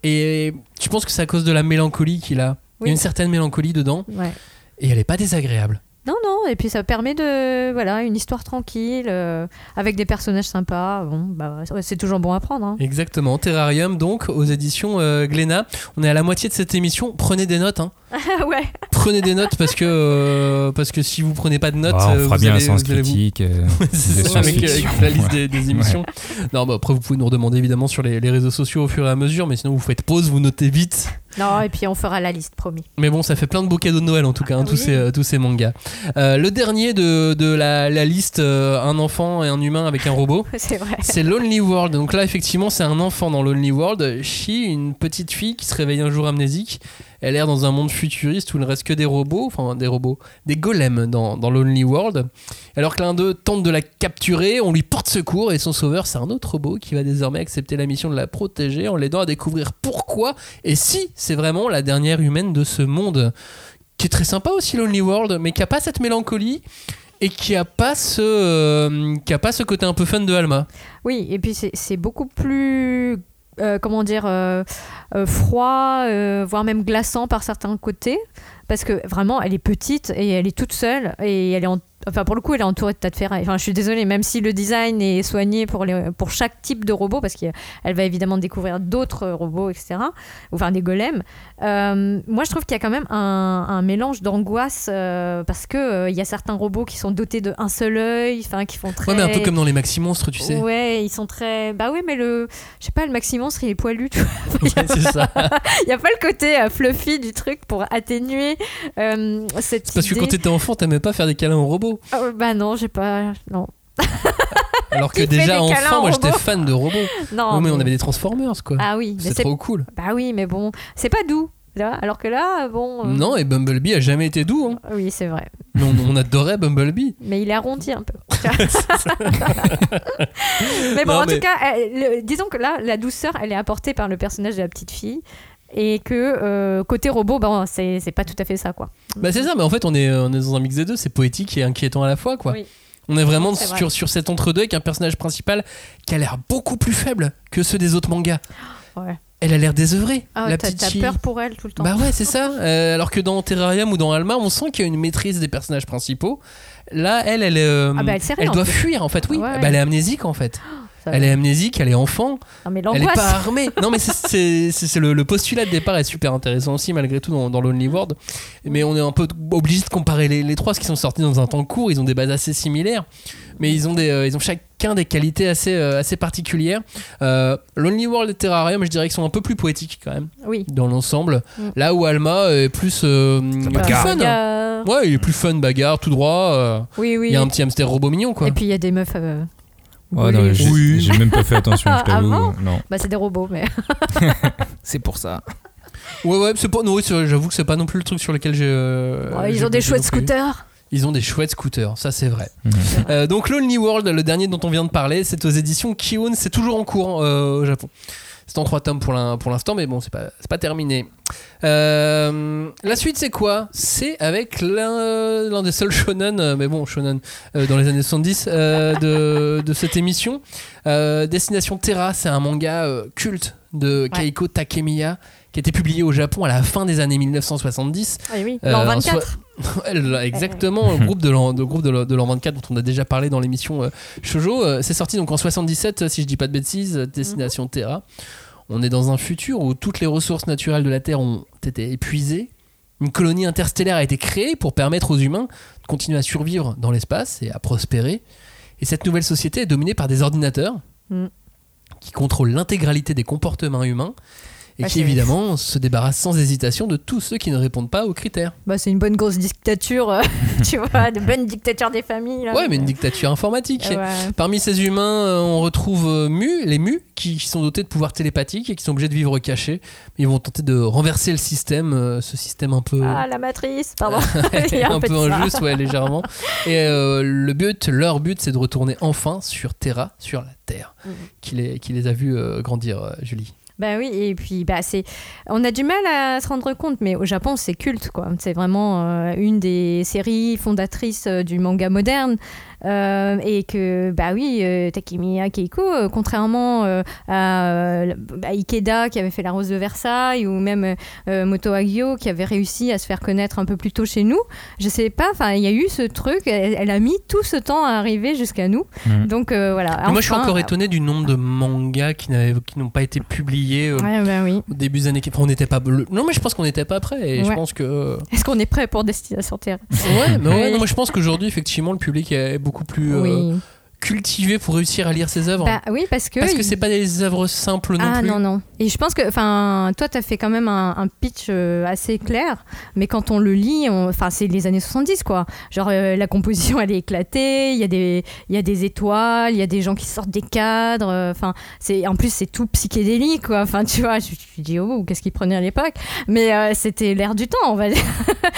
S1: Et je pense que c'est à cause de la mélancolie qu'il a. Oui. Il y a une certaine mélancolie dedans.
S3: Ouais.
S1: Et elle n'est pas désagréable.
S3: Non, non, et puis ça permet de. Voilà, une histoire tranquille, euh, avec des personnages sympas. Bon, bah, c'est toujours bon à prendre. Hein.
S1: Exactement. Terrarium, donc, aux éditions euh, Glénat. On est à la moitié de cette émission. Prenez des notes. Hein.
S3: Ouais.
S1: Prenez des notes parce que, euh, parce que si vous prenez pas de notes.
S2: Oh, on fera
S1: vous
S2: bien
S1: allez,
S2: un sens
S1: vous allez
S2: critique.
S1: Vous...
S2: Euh,
S1: c'est ça, avec, avec la liste des, des émissions. Ouais. Non, bah, après, vous pouvez nous redemander évidemment sur les, les réseaux sociaux au fur et à mesure, mais sinon, vous faites pause, vous notez vite.
S3: Non, et puis on fera la liste, promis.
S1: Mais bon, ça fait plein de beaux cadeaux de Noël en tout cas, hein,
S3: ah,
S1: tous,
S3: oui.
S1: ces, euh, tous ces mangas. Euh, le dernier de, de la, la liste, euh, un enfant et un humain avec un robot,
S3: c'est vrai.
S1: C'est Lonely World. Donc là, effectivement, c'est un enfant dans Lonely World. Shi, une petite fille qui se réveille un jour amnésique. Elle erre dans un monde futuriste où il ne reste que des robots, enfin des robots, des golems dans, dans Lonely World. Alors que l'un d'eux tente de la capturer, on lui porte secours et son sauveur, c'est un autre robot qui va désormais accepter la mission de la protéger en l'aidant à découvrir pourquoi et si c'est vraiment la dernière humaine de ce monde. Qui est très sympa aussi, Lonely World, mais qui n'a pas cette mélancolie et qui n'a pas, ce, euh, qui a pas ce côté un peu fun de Alma.
S3: Oui, et puis c'est, c'est beaucoup plus... Euh, comment dire, euh, euh, froid, euh, voire même glaçant par certains côtés, parce que vraiment elle est petite et elle est toute seule et elle est en... enfin pour le coup elle est entourée de tas de ferrailles. Enfin je suis désolée, même si le design est soigné pour, les... pour chaque type de robot, parce qu'elle va évidemment découvrir d'autres robots, et cetera, enfin des golems. Euh, moi je trouve qu'il y a quand même un, un mélange d'angoisse euh, parce que il euh, y a certains robots qui sont dotés d'un seul œil, enfin qui font très.
S1: Ouais, mais un peu comme dans les Maxi Monstres, tu sais.
S3: Ouais, ils sont très. Bah oui, mais le, je sais pas, le Maxi Monstre il est poilu, tu vois.
S1: Ouais, c'est ça.
S3: Il y a pas le côté euh, fluffy du truc pour atténuer euh, cette
S1: c'est parce
S3: idée.
S1: que quand t'étais enfant, t'aimais pas faire des câlins aux robots.
S3: Oh, bah non, j'ai pas. Non.
S1: Alors que
S3: Qui fait
S1: déjà
S3: des câlins
S1: enfant, moi
S3: aux
S1: j'étais
S3: robots.
S1: fan de robots.
S3: Non.
S1: Ouais, mais
S3: mais...
S1: on avait des Transformers quoi.
S3: Ah oui, mais
S1: c'est,
S3: c'est
S1: trop cool.
S3: Bah oui, mais bon, c'est pas doux. Là, alors que là, bon. Euh...
S1: Non, et Bumblebee a jamais été doux. Hein.
S3: Oui, c'est vrai.
S1: Non, on adorait Bumblebee.
S3: Mais il est arrondi un peu. Mais bon,
S1: Non,
S3: en
S1: mais...
S3: tout cas, euh, le, disons que là, la douceur, elle est apportée par le personnage de la petite fille. Et que euh, côté robot, ben, c'est, c'est pas tout à fait ça, quoi.
S1: Bah c'est ça, mais en fait, on est, on est dans un mix des deux. C'est poétique et inquiétant à la fois, quoi.
S3: Oui.
S1: On est vraiment
S3: c'est
S1: sur, sur cet entre-deux avec un personnage principal qui a l'air beaucoup plus faible que ceux des autres mangas.
S3: Ouais.
S1: Elle a l'air désœuvrée,
S3: ah,
S1: la
S3: t'as,
S1: petite
S3: t'as
S1: fille.
S3: peur pour elle tout le temps.
S1: Bah ouais, c'est ça. Euh, alors que dans Terrarium ou dans Alma, on sent qu'il y a une maîtrise des personnages principaux. Là, elle, elle, euh,
S3: ah bah elle,
S1: elle doit
S3: fait.
S1: fuir en fait. Oui,
S3: ouais,
S1: bah, elle est amnésique en fait.
S3: Ça
S1: elle
S3: va.
S1: est amnésique, elle est enfant.
S3: Non, mais
S1: elle est pas armée. Non, mais c'est, c'est, c'est, c'est le, le postulat de départ est super intéressant aussi, malgré tout, dans, dans Lonely World. Mais on est un peu obligé de comparer les, les trois, parce qu'ils sont sortis dans un temps court. Ils ont des bases assez similaires, mais ils ont, des, euh, ils ont chacun des qualités assez, euh, assez particulières. Euh, Lonely World et Terrarium, je dirais qu'ils sont un peu plus poétiques quand même,
S3: oui.
S1: dans l'ensemble.
S3: Mm.
S1: Là où Alma est plus, euh, plus fun.
S3: Bagarre.
S1: Ouais, il est plus fun, bagarre, tout droit. Euh,
S3: oui, oui.
S1: Il y a un petit hamster robot mignon, quoi.
S3: Et puis il y a des meufs. Euh...
S2: Oh, non, j'ai,
S1: oui.
S2: j'ai même pas fait attention, je t'avoue.
S3: Ah bon
S2: non.
S3: Bah c'est des robots, mais.
S2: C'est pour ça.
S1: Ouais, ouais, c'est pas, non, oui, c'est, j'avoue que c'est pas non plus le truc sur lequel j'ai. Euh,
S3: ouais, ils
S1: j'ai
S3: ont des
S1: bossé
S3: chouettes
S1: non plus.
S3: scooters.
S1: Ils ont des chouettes scooters, ça c'est vrai.
S2: Mmh.
S1: Euh, donc Lonely World, le dernier dont on vient de parler, c'est aux éditions Kiun, c'est toujours en cours euh, au Japon. C'est en trois tomes pour, l'un, pour l'instant, mais bon, c'est pas, c'est pas terminé. Euh, la suite, c'est quoi ? C'est avec l'un, l'un des seuls shonen, euh, mais bon, shonen euh, dans les années soixante-dix euh, de, de cette émission. Euh, Destination Terra, c'est un manga euh, culte de Keiko ouais. Takemiya qui a été publié au Japon à la fin des années dix-neuf cent soixante-dix.
S3: Ah oui, l'an vingt-quatre.
S1: Euh, exactement, le groupe de l'an, le groupe de l'an, de l'an vingt-quatre dont on a déjà parlé dans l'émission euh, Shoujo. Euh, c'est sorti donc en soixante-dix-sept, si je dis pas de bêtises, Destination mm-hmm. Terra. On est dans un futur où toutes les ressources naturelles de la Terre ont été épuisées. Une colonie interstellaire a été créée pour permettre aux humains de continuer à survivre dans l'espace et à prospérer. Et cette nouvelle société est dominée par des ordinateurs mm. qui contrôlent l'intégralité des comportements humains et bah, qui évidemment se débarrassent sans hésitation de tous ceux qui ne répondent pas aux critères.
S3: Bah, c'est une bonne grosse dictature, euh, tu vois, de bonne dictature des familles. Là,
S1: ouais, mais
S3: mais
S1: une dictature informatique.
S3: Ouais.
S1: Parmi ces humains, euh, on retrouve euh, Mu, les Mu, qui, qui sont dotés de pouvoirs télépathiques et qui sont obligés de vivre cachés. Ils vont tenter de renverser le système, euh, ce système un peu...
S3: Ah, la matrice, pardon.
S1: un, un
S3: peu,
S1: peu injuste, ouais, légèrement. Et euh, le but, leur but, c'est de retourner enfin sur Terra, sur la Terre, mmh. qui, les, qui les a vus euh, grandir, euh, Julie.
S3: Bah oui, et puis bah c'est, on a du mal à se rendre compte, mais au Japon c'est culte quoi. C'est vraiment euh, une des séries fondatrices euh, du manga moderne. Euh, et que bah oui euh, Takemiya Keiko euh, contrairement euh, à, euh, à Ikeda qui avait fait La Rose de Versailles ou même euh, Moto Hagio qui avait réussi à se faire connaître un peu plus tôt chez nous, je sais pas, enfin il y a eu ce truc, elle, elle a mis tout ce temps à arriver jusqu'à nous. Mmh. Donc euh, voilà. Enfin,
S1: moi je suis encore étonné du nombre de mangas qui, qui n'ont pas été publiés euh,
S3: ouais, bah oui.
S1: au début des années enfin, on n'était pas non mais je pense qu'on n'était pas prêt et ouais. je pense que
S3: est-ce qu'on est prêt pour Destination Terra?
S1: Ouais, mais ouais, non, moi je pense qu'aujourd'hui effectivement le public est beaucoup plus euh,
S3: oui.
S1: cultivé pour réussir à lire ses œuvres.
S3: Bah oui, parce que
S1: parce que
S3: il...
S1: c'est pas des œuvres simples non
S3: ah,
S1: plus.
S3: Ah non non. Et je pense que enfin toi t'as fait quand même un, un pitch euh, assez clair, mais quand on le lit, enfin c'est les années soixante-dix quoi. Genre euh, la composition elle est éclatée, il y a des il y a des étoiles, il y a des gens qui sortent des cadres, enfin euh, c'est en plus c'est tout psychédélique quoi. Enfin tu vois, je me suis dit oh qu'est-ce qu'ils prenaient à l'époque, mais euh, c'était l'air du temps on va dire.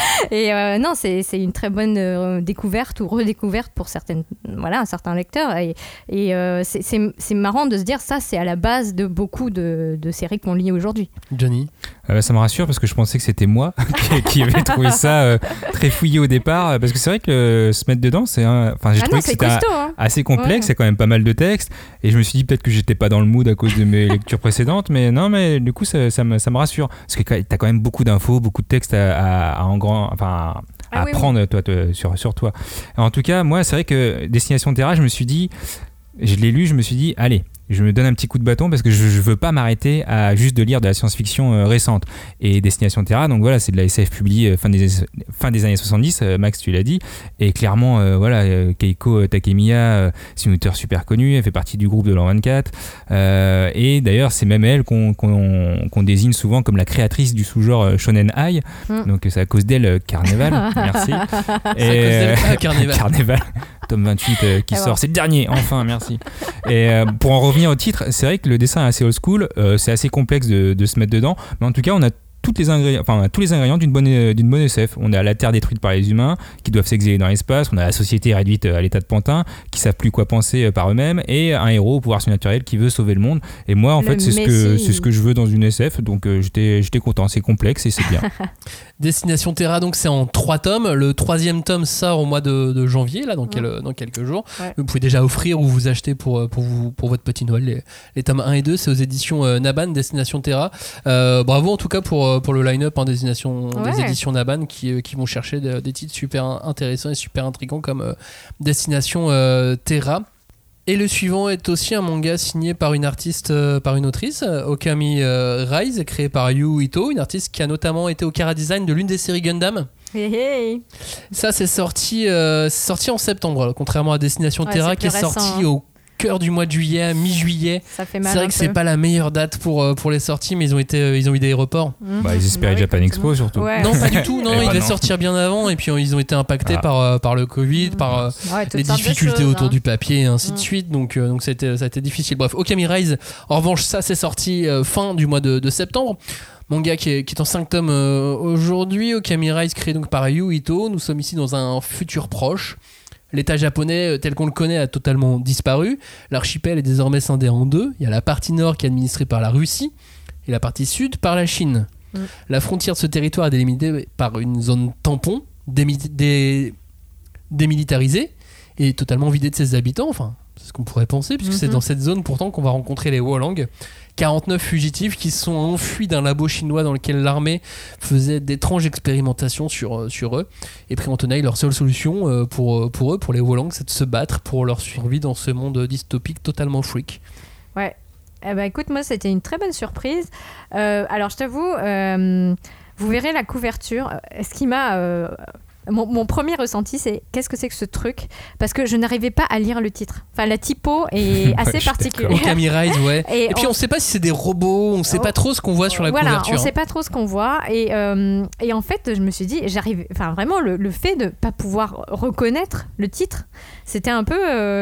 S3: Et euh, non c'est c'est une très bonne euh, découverte ou redécouverte pour certaines voilà certains lecteurs et et euh, c'est, c'est c'est marrant de se dire ça c'est à la base de beaucoup de, de séries qu'on lit aujourd'hui.
S1: Johnny
S2: euh, ça me rassure parce que je pensais que c'était moi qui, qui avait trouvé ça euh, très fouillé au départ parce que c'est vrai que euh, se mettre dedans c'est un... enfin j'ai ah trouvé non, que c'était
S3: costaud, un... hein.
S2: assez complexe,
S3: ouais.
S2: il y a quand même pas mal de textes et je me suis dit peut-être que j'étais pas dans le mood à cause de mes lectures précédentes, mais non mais du coup ça, ça, me, ça me rassure parce que t'as quand même beaucoup d'infos, beaucoup de textes à, à, à en grand enfin à, à ah, oui, prendre oui. Toi, toi, sur, sur toi. En tout cas moi c'est vrai que Destination Terra je me suis dit je l'ai lu, je me suis dit allez je me donne un petit coup de bâton parce que je, je veux pas m'arrêter à juste de lire de la science-fiction euh, récente. Et Destination Terra, donc voilà, c'est de la S F publiée fin des, fin des années soixante-dix, euh, Max tu l'as dit, et clairement euh, voilà, euh, Keiko Takemiya, euh, c'est une auteure super connue, elle fait partie du groupe de l'an vingt-quatre, euh, et d'ailleurs c'est même elle qu'on, qu'on, qu'on désigne souvent comme la créatrice du sous-genre euh, Shonen Ai, mm. donc c'est à cause d'elle euh, Carnaval, merci.
S1: Et, c'est à cause d'elle, ah, Carnaval.
S2: Carnaval. Tome vingt-huit euh, qui ah sort, bon. C'est le dernier, enfin, merci. Et euh, pour en revenir au titre, c'est vrai que le dessin est assez old school, euh, c'est assez complexe de, de se mettre dedans, mais en tout cas, on a toutes les ingrédients, enfin, tous les ingrédients d'une bonne, d'une bonne S F. On a la Terre détruite par les humains qui doivent s'exiler dans l'espace, on a la société réduite à l'état de pantin qui savent plus quoi penser par eux-mêmes et un héros au pouvoir surnaturel qui veut sauver le monde. Et moi, en le fait, c'est ce, que, c'est ce que je veux dans une S F, donc euh, j'étais, j'étais content. C'est complexe et c'est bien.
S1: Destination Terra, donc c'est en trois tomes. Le troisième tome sort au mois de, de janvier, là, dans, quel, ouais. dans quelques jours. Ouais. Vous pouvez déjà offrir ou vous acheter pour, pour, vous, pour votre petit Noël les, les tomes un et deux. C'est aux éditions euh, Naban, Destination Terra. Euh, bravo en tout cas pour, pour le line-up en destination, ouais. des éditions Naban qui, qui vont chercher des, des titres super intéressants et super intrigants comme euh, Destination euh, Terra. Et le suivant est aussi un manga signé par une artiste, euh, par une autrice, Okami euh, Rise, créé par Yu Ito, une artiste qui a notamment été au chara design de l'une des séries Gundam.
S3: Hey, hey.
S1: Ça, c'est sorti, euh, c'est sorti en septembre, là, contrairement à Destination ouais, Terra qui est récent, sorti hein. au cœur du mois de juillet, mi-juillet.
S3: Ça fait mal.
S1: C'est vrai que
S3: peu.
S1: c'est pas la meilleure date pour, pour les sorties, mais ils ont, été, ils ont eu des reports.
S3: Mmh.
S2: Bah, ils espéraient bah, Japan oui, Expo surtout.
S3: Ouais.
S1: Non, pas du tout. Non,
S2: bah,
S1: ils devaient
S2: non.
S1: sortir bien avant et puis ils ont été impactés ah. par, par le Covid, mmh. par
S3: ouais,
S1: les difficultés
S3: choses,
S1: autour
S3: hein.
S1: du papier et ainsi
S3: mmh.
S1: de suite. Donc, euh, donc ça, a été, ça a été difficile. Bref, Okami Rise, en revanche, ça c'est sorti euh, fin du mois de, de septembre. Manga qui est, qui est en cinq tomes euh, aujourd'hui. Okami Rise créé donc par Yu Ito. Nous sommes ici dans un futur proche. L'État japonais tel qu'on le connaît a totalement disparu. L'archipel est désormais scindé en deux. Il y a la partie nord qui est administrée par la Russie et la partie sud par la Chine. Mm. La frontière de ce territoire est délimitée par une zone tampon démi- dé- démilitarisée et totalement vidée de ses habitants. Enfin, c'est ce qu'on pourrait penser puisque mm-hmm. c'est dans cette zone pourtant qu'on va rencontrer les Wolang. quarante-neuf fugitifs qui sont enfuis d'un labo chinois dans lequel l'armée faisait d'étranges expérimentations sur, sur eux. Et pris en tenaille, leur seule solution pour, pour eux, pour les Wolang, c'est de se battre pour leur survie dans ce monde dystopique totalement freak.
S3: Ouais. Eh ben, écoute, moi, c'était une très bonne surprise. Euh, alors, je t'avoue, euh, vous verrez la couverture. Ce qui m'a... Euh, Mon, mon premier ressenti, c'est qu'est-ce que c'est que ce truc ? Parce que je n'arrivais pas à lire le titre. Enfin, la typo est assez
S2: ouais,
S3: particulière.
S1: Okami Rise, ouais. Et, et puis, on ne
S3: on...
S1: sait pas si c'est des robots, on ne sait oh, pas trop ce qu'on voit sur la
S3: voilà,
S1: couverture.
S3: On ne sait pas trop ce qu'on voit. Et, euh, et en fait, je me suis dit, j'arrive, enfin, vraiment, le, le fait de ne pas pouvoir reconnaître le titre, c'était un peu.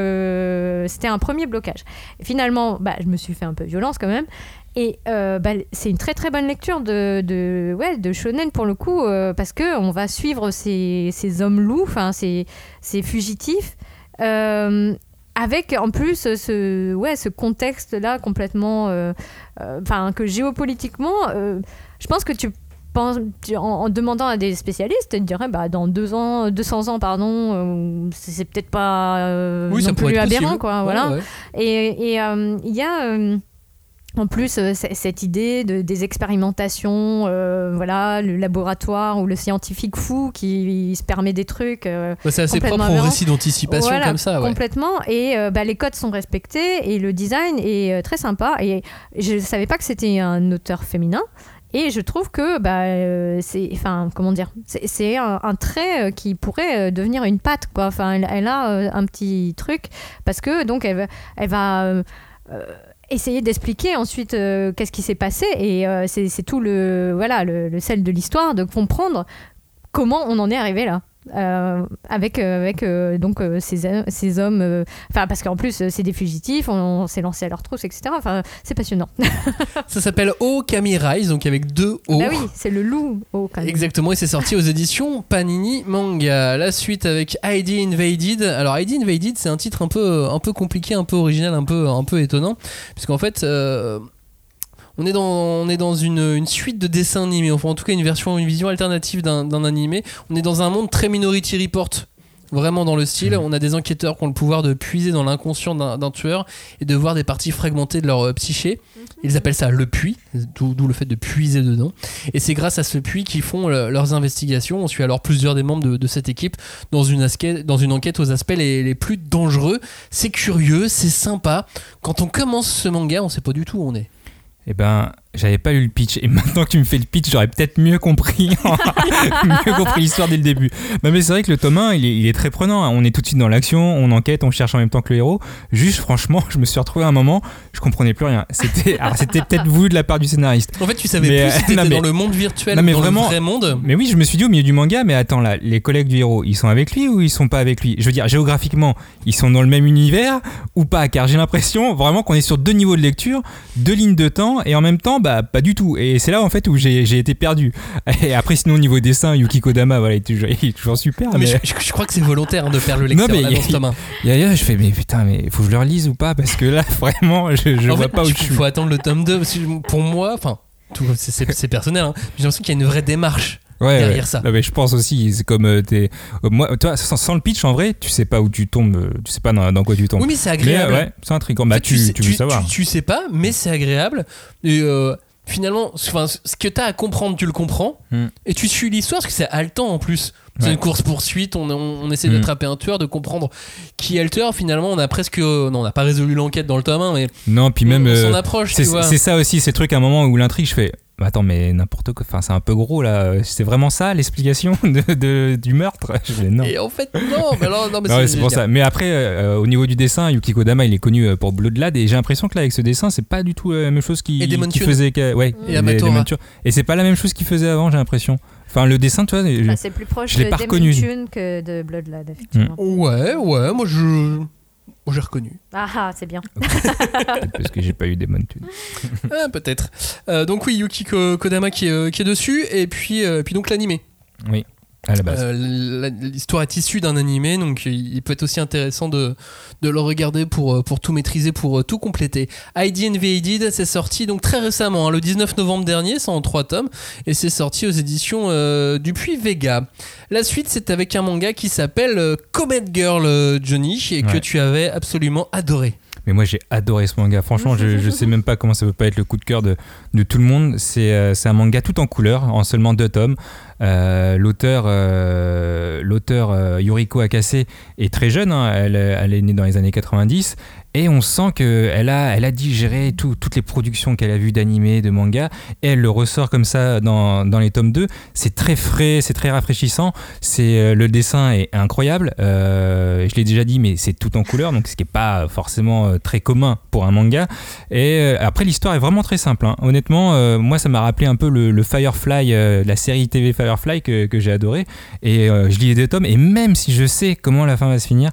S3: Euh, c'était un premier blocage. Et finalement, bah, je me suis fait un peu violence quand même. Et euh, bah, c'est une très très bonne lecture de, de, ouais, de shonen pour le coup, euh, parce qu'on va suivre ces, ces hommes loups, ces, ces fugitifs, euh, avec en plus ce, ouais, ce contexte-là complètement... Enfin, euh, euh, que géopolitiquement, euh, je pense que tu... En, en demandant à des spécialistes, ils te diraient bah, dans deux ans, deux cents ans, pardon, euh, c'est, c'est peut-être pas euh,
S1: oui,
S3: non plus aberrant,
S1: possible.
S3: quoi.
S1: Ouais,
S3: voilà.
S1: ouais.
S3: Et il euh, y a euh, en plus euh, c- cette idée de, des expérimentations, euh, voilà, le laboratoire ou le scientifique fou qui se permet des trucs. Euh,
S1: ouais, c'est assez propre au récit d'anticipation
S3: voilà,
S1: comme ça. Ouais.
S3: Complètement. Et euh, bah, les codes sont respectés et le design est euh, très sympa. Et je ne savais pas que c'était un auteur féminin. Et je trouve que bah, euh, c'est, enfin, comment dire, c'est, c'est un, un trait qui pourrait devenir une patte, quoi. Enfin, elle, elle a euh, un petit truc parce que donc elle, elle va euh, essayer d'expliquer ensuite euh, qu'est-ce qui s'est passé et euh, c'est, c'est tout le voilà le, le sel de l'histoire de comprendre comment on en est arrivé là. Euh, avec euh, avec euh, donc euh, ces, ces hommes enfin euh, parce qu'en plus euh, c'est des fugitifs, on, on s'est lancé à leur trousse, etc. Enfin c'est passionnant.
S1: Ça s'appelle Okami Rise, donc avec deux O.
S3: Bah oui, c'est le loup Okami.
S1: Exactement, et c'est sorti aux éditions Panini Manga. La suite avec I D Invaded. Alors I D Invaded, c'est un titre un peu un peu compliqué, un peu original, un peu un peu étonnant, puisqu'en fait euh, On est dans, on est dans une, une suite de dessins animés, enfin en tout cas une version, une vision alternative d'un, d'un animé. On est dans un monde très Minority Report, vraiment dans le style. On a des enquêteurs qui ont le pouvoir de puiser dans l'inconscient d'un, d'un tueur et de voir des parties fragmentées de leur euh, psyché. Ils appellent ça le puits, d'où, d'où le fait de puiser dedans. Et c'est grâce à ce puits qu'ils font le, leurs investigations. On suit alors plusieurs des membres de, de cette équipe dans une, asque- dans une enquête aux aspects les, les plus dangereux. C'est curieux, c'est sympa. Quand on commence ce manga, on sait pas du tout où on est.
S2: Eh ben, j'avais pas lu le pitch et maintenant que tu me fais le pitch, j'aurais peut-être mieux compris, mieux compris l'histoire dès le début. Non mais c'est vrai que le tome un, il est, il est très prenant. On est tout de suite dans l'action, on enquête, on cherche en même temps que le héros. Juste, franchement, je me suis retrouvé à un moment, je comprenais plus rien. C'était, alors c'était peut-être voulu de la part du scénariste.
S1: En fait, tu savais
S2: mais,
S1: plus si t'étais
S2: non, mais,
S1: dans le monde virtuel
S2: non, mais
S1: ou dans
S2: vraiment,
S1: le vrai monde.
S2: Mais oui, je me suis dit au milieu du manga, mais attends là, les collègues du héros, ils sont avec lui ou ils sont pas avec lui ? Je veux dire, géographiquement, ils sont dans le même univers ou pas ? Car j'ai l'impression vraiment qu'on est sur deux niveaux de lecture, deux lignes de temps, et en même temps, bah pas du tout. Et c'est là en fait où j'ai, j'ai été perdu. Et après, sinon au niveau dessin, Yuki Kodama, voilà, il est toujours, il est toujours super.
S1: Mais,
S2: mais...
S1: Je, je, je crois que c'est volontaire hein, de perdre le lecteur.
S2: Non, mais
S1: là, dans ce tome un.
S2: Il y a, je fais mais putain, mais faut que je le relise ou pas ? Parce que là, vraiment, je, je
S1: en
S2: vois
S1: fait,
S2: pas où
S1: je
S2: je suis.
S1: Il faut attendre le tome deux. Parce que pour moi, enfin, tout, c'est, c'est, c'est personnel. Hein, j'ai l'impression qu'il y a une vraie démarche.
S2: Ouais,
S1: derrière
S2: ouais.
S1: ça.
S2: Non, mais je pense aussi, c'est comme euh, t'es, euh, moi, toi, sans, sans le pitch en vrai, tu sais pas où tu tombes, euh, tu sais pas dans, dans quoi tu tombes.
S1: Oui, mais c'est agréable.
S2: Mais, ouais, c'est intriguant.
S1: En
S2: Bah,
S1: fait,
S2: tu,
S1: tu, sais,
S2: tu veux
S1: tu,
S2: savoir.
S1: Tu, tu sais pas, mais c'est agréable. Et euh, finalement, ce que t'as à comprendre, tu le comprends.
S2: Mm.
S1: Et tu suis l'histoire parce que c'est haletant en plus. C'est
S2: ouais.
S1: une course-poursuite, on, on, on essaie
S2: mm.
S1: d'attraper un tueur, de comprendre qui est le tueur. Finalement, on a presque. Euh, non, on n'a pas résolu l'enquête dans le tome un, mais.
S2: Non, puis même.
S1: On, on s'en
S2: euh,
S1: approche,
S2: c'est,
S1: tu vois.
S2: c'est ça aussi, ces trucs à un moment où l'intrigue, je fais. Bah attends, mais n'importe quoi, enfin, c'est un peu gros là. C'est vraiment ça l'explication de, de, du meurtre ? Je fais, non.
S1: Et en fait, non, mais alors, non, mais
S2: non,
S1: c'est,
S2: ouais, c'est pour ça. Mais après, euh, au niveau du dessin, Yuki Kodama, il est connu pour Bloodlad et j'ai l'impression que là, avec ce dessin, c'est pas du tout la même chose qu'il, qu'il faisait. Ouais,
S1: et Amatora.
S2: Et c'est pas la même chose qu'il faisait avant, j'ai l'impression. Enfin, le dessin, tu vois,
S3: bah,
S2: je,
S3: c'est plus proche
S2: je l'ai
S3: de
S2: pas
S3: Demon
S2: reconnu.
S3: Tune que de Bloodlad, effectivement.
S1: Mmh. Ouais, ouais, moi je. Moi j'ai reconnu.
S3: Ah ah, c'est bien.
S2: Peut-être parce que j'ai pas eu Demon Tune.
S1: Ah, peut-être. Euh, donc oui, Yuki Kodama qui est, qui est dessus, et puis, euh, puis donc l'animé.
S2: Oui, à la base.
S1: Euh, la, l'histoire est issue d'un animé, donc il peut être aussi intéressant de, de le regarder pour, pour tout maîtriser, pour tout compléter. I D Invaded, c'est sorti donc très récemment, hein, le dix-neuf novembre dernier, c'est en trois tomes, et c'est sorti aux éditions euh, Dupuis Vega. La suite, c'est avec un manga qui s'appelle euh, Comet Girl, euh, Johnny, et ouais. que tu avais absolument adoré.
S2: Mais moi j'ai adoré ce manga, franchement je, je sais même pas comment ça peut pas être le coup de cœur de, de tout le monde. C'est, euh, c'est un manga tout en couleur, en seulement deux tomes. Euh, l'auteur euh, l'auteur euh, Yuriko Akase est très jeune, hein, elle, elle est née dans les années quatre-vingt-dix et on sent qu'elle a, elle a digéré tout, toutes les productions qu'elle a vues d'animé, de manga, et elle le ressort comme ça dans, dans les tomes deux. C'est très frais, c'est très rafraîchissant, c'est, euh, le dessin est incroyable, euh, je l'ai déjà dit mais c'est tout en couleur, donc ce qui n'est pas forcément euh, très commun pour un manga. Et euh, après l'histoire est vraiment très simple, hein. Honnêtement euh, moi ça m'a rappelé un peu le, le Firefly, euh, la série T V Firefly que, que j'ai adoré, et euh, je lis les deux tomes et même si je sais comment la fin va se finir,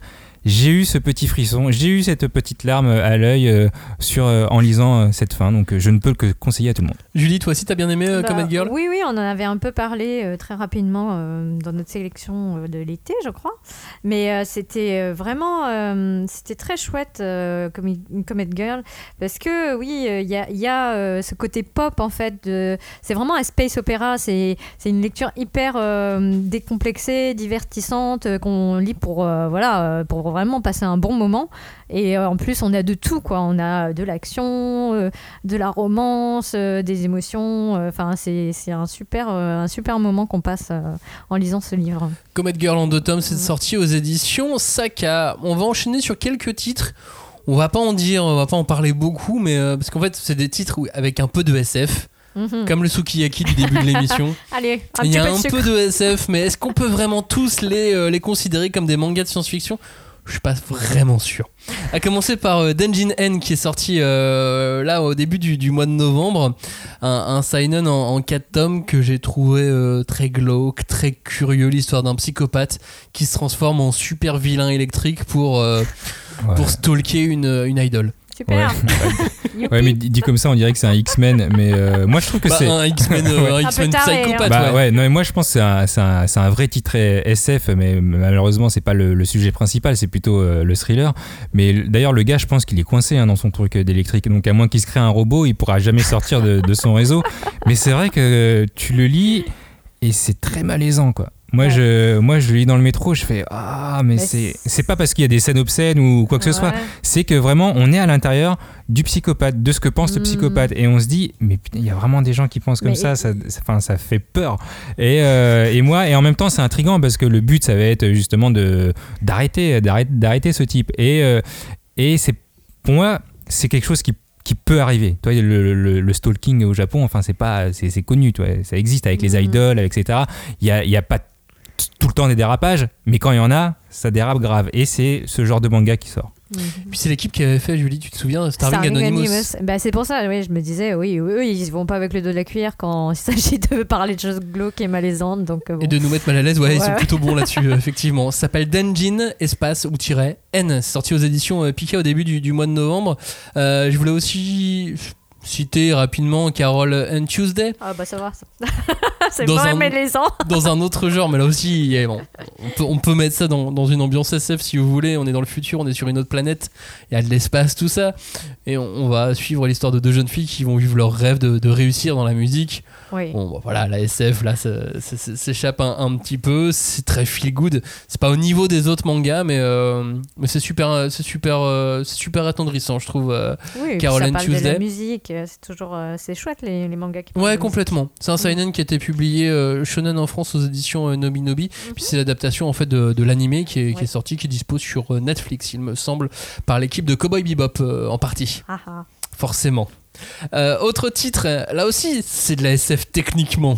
S2: j'ai eu ce petit frisson, j'ai eu cette petite larme à l'œil euh, sur, euh, en lisant euh, cette fin, donc euh, je ne peux que conseiller à tout le monde.
S1: Julie, toi aussi, t'as bien aimé euh,
S3: Bah,
S1: Comet Girl ?
S3: Oui, oui, on en avait un peu parlé euh, très rapidement euh, dans notre sélection euh, de l'été, je crois. Mais euh, c'était euh, vraiment, euh, c'était très chouette euh, comme Comet Girl, parce que oui, il euh, y a, y a euh, ce côté pop en fait. De, c'est vraiment un space opéra. C'est, c'est une lecture hyper euh, décomplexée, divertissante, euh, qu'on lit pour euh, voilà, euh, pour vraiment passer un bon moment. Et euh, en plus, on a de tout, quoi. On a de l'action, euh, de la romance, euh, des émotions. Enfin, euh, c'est, c'est un super, euh, un super moment qu'on passe euh, en lisant ce livre.
S1: Comet Girl en deux tomes, c'est sorti aux éditions Saka. On va enchaîner sur quelques titres. On va pas en dire, on va pas en parler beaucoup, mais euh, parce qu'en fait, c'est des titres où, avec un peu de S F. Mm-hmm. Comme le sukiyaki du début de l'émission.
S3: Allez, un
S1: Il y
S3: petit
S1: a
S3: peu de
S1: un
S3: sucre.
S1: peu de S F, mais est-ce qu'on peut vraiment tous les, euh, les considérer comme des mangas de science-fiction ? Je suis pas vraiment sûr. À commencer par euh, Denjin N qui est sorti euh, là au début du, du mois de novembre. Un, un seinen en, en quatre tomes que j'ai trouvé euh, très glauque, très curieux. L'histoire d'un psychopathe qui se transforme en super vilain électrique pour, euh,
S2: ouais.
S1: pour stalker une, une idole.
S3: Super.
S2: Ouais. Ouais, mais dit, dit comme ça, on dirait que c'est un X-Men, mais euh, moi je trouve que
S1: bah,
S2: c'est
S1: un X-Men, euh, un
S3: Un
S1: X-Men
S3: peu taré,
S1: psychopathe.
S2: Bah
S1: ouais.
S2: ouais, non, mais moi je pense que c'est un, c'est un, c'est un vrai titre S F, mais malheureusement c'est pas le, le sujet principal, c'est plutôt euh, le thriller. Mais d'ailleurs le gars, je pense qu'il est coincé hein, dans son truc d'électrique, donc à moins qu'il se crée un robot, il pourra jamais sortir de, de son réseau. Mais c'est vrai que tu le lis et c'est très malaisant quoi. Moi, ouais. je, moi, je le lis dans le métro, je fais ah, mais, mais c'est, c'est pas parce qu'il y a des scènes obscènes ou quoi que ouais. ce soit, c'est que vraiment on est à l'intérieur du psychopathe, de ce que pense mmh. le psychopathe, et on se dit mais putain, il y a vraiment des gens qui pensent comme mais ça, ça, ça, ça fait peur. Et, euh, et moi, et en même temps, c'est intriguant parce que le but, ça va être justement de d'arrêter, d'arrêter, d'arrêter ce type. Et euh, et c'est pour moi, c'est quelque chose qui qui peut arriver. Toi, le, le, le stalking au Japon, enfin, c'est pas, c'est, c'est connu, toi, ça existe avec mmh. les idoles, avec et cetera. Il y a, il y a pas tout le temps des dérapages, mais quand il y en a, ça dérape grave. Et c'est ce genre de manga qui sort.
S1: Mmh. Puis c'est l'équipe qui avait fait, Julie, tu te souviens, Starving, Starving Anonymous. Anonymous.
S3: Bah, c'est pour ça, oui, je me disais, oui, eux, oui, ils vont pas avec le dos de la cuillère quand il s'agit de parler de choses glauques et malaisantes. Donc, bon.
S1: Et de nous mettre mal à l'aise, ouais, ouais. ils sont plutôt bons là-dessus, effectivement. Ça s'appelle Denjin, espace ou tiret N. C'est sorti aux éditions euh, Pika au début du, du mois de novembre. Euh, je voulais aussi citer rapidement Carol and Tuesday.
S3: Ah bah ça va, ça. C'est pas mêlésant.
S1: Dans un autre genre, mais là aussi, bon, on, peut, on peut mettre ça dans, dans une ambiance S F si vous voulez. On est dans le futur, on est sur une autre planète, il y a de l'espace, tout ça. Et on, on va suivre l'histoire de deux jeunes filles qui vont vivre leur rêve de, de réussir dans la musique.
S3: Oui.
S1: Bon, bah, voilà, la S F, là, ça, ça, ça s'échappe un, un petit peu. C'est très feel good. C'est pas au niveau des autres mangas, mais, euh, mais c'est, super, c'est, super, euh, c'est super attendrissant, je trouve. Euh,
S3: oui,
S1: Carol
S3: ça
S1: and
S3: parle
S1: Tuesday.
S3: de la musique. C'est toujours euh, c'est chouette les, les mangas qui parlent
S1: ouais
S3: de
S1: complètement
S3: musique.
S1: C'est un seinen mmh. qui a été publié euh, Shonen en France aux éditions euh, Nobi Nobi mmh. puis c'est l'adaptation en fait de, de l'animé qui est, ouais. qui est sorti, qui dispose sur euh, Netflix il me semble, par l'équipe de Cowboy Bebop euh, en partie.
S3: Ah, ah.
S1: Forcément. Euh, autre titre, là aussi c'est de la S F techniquement.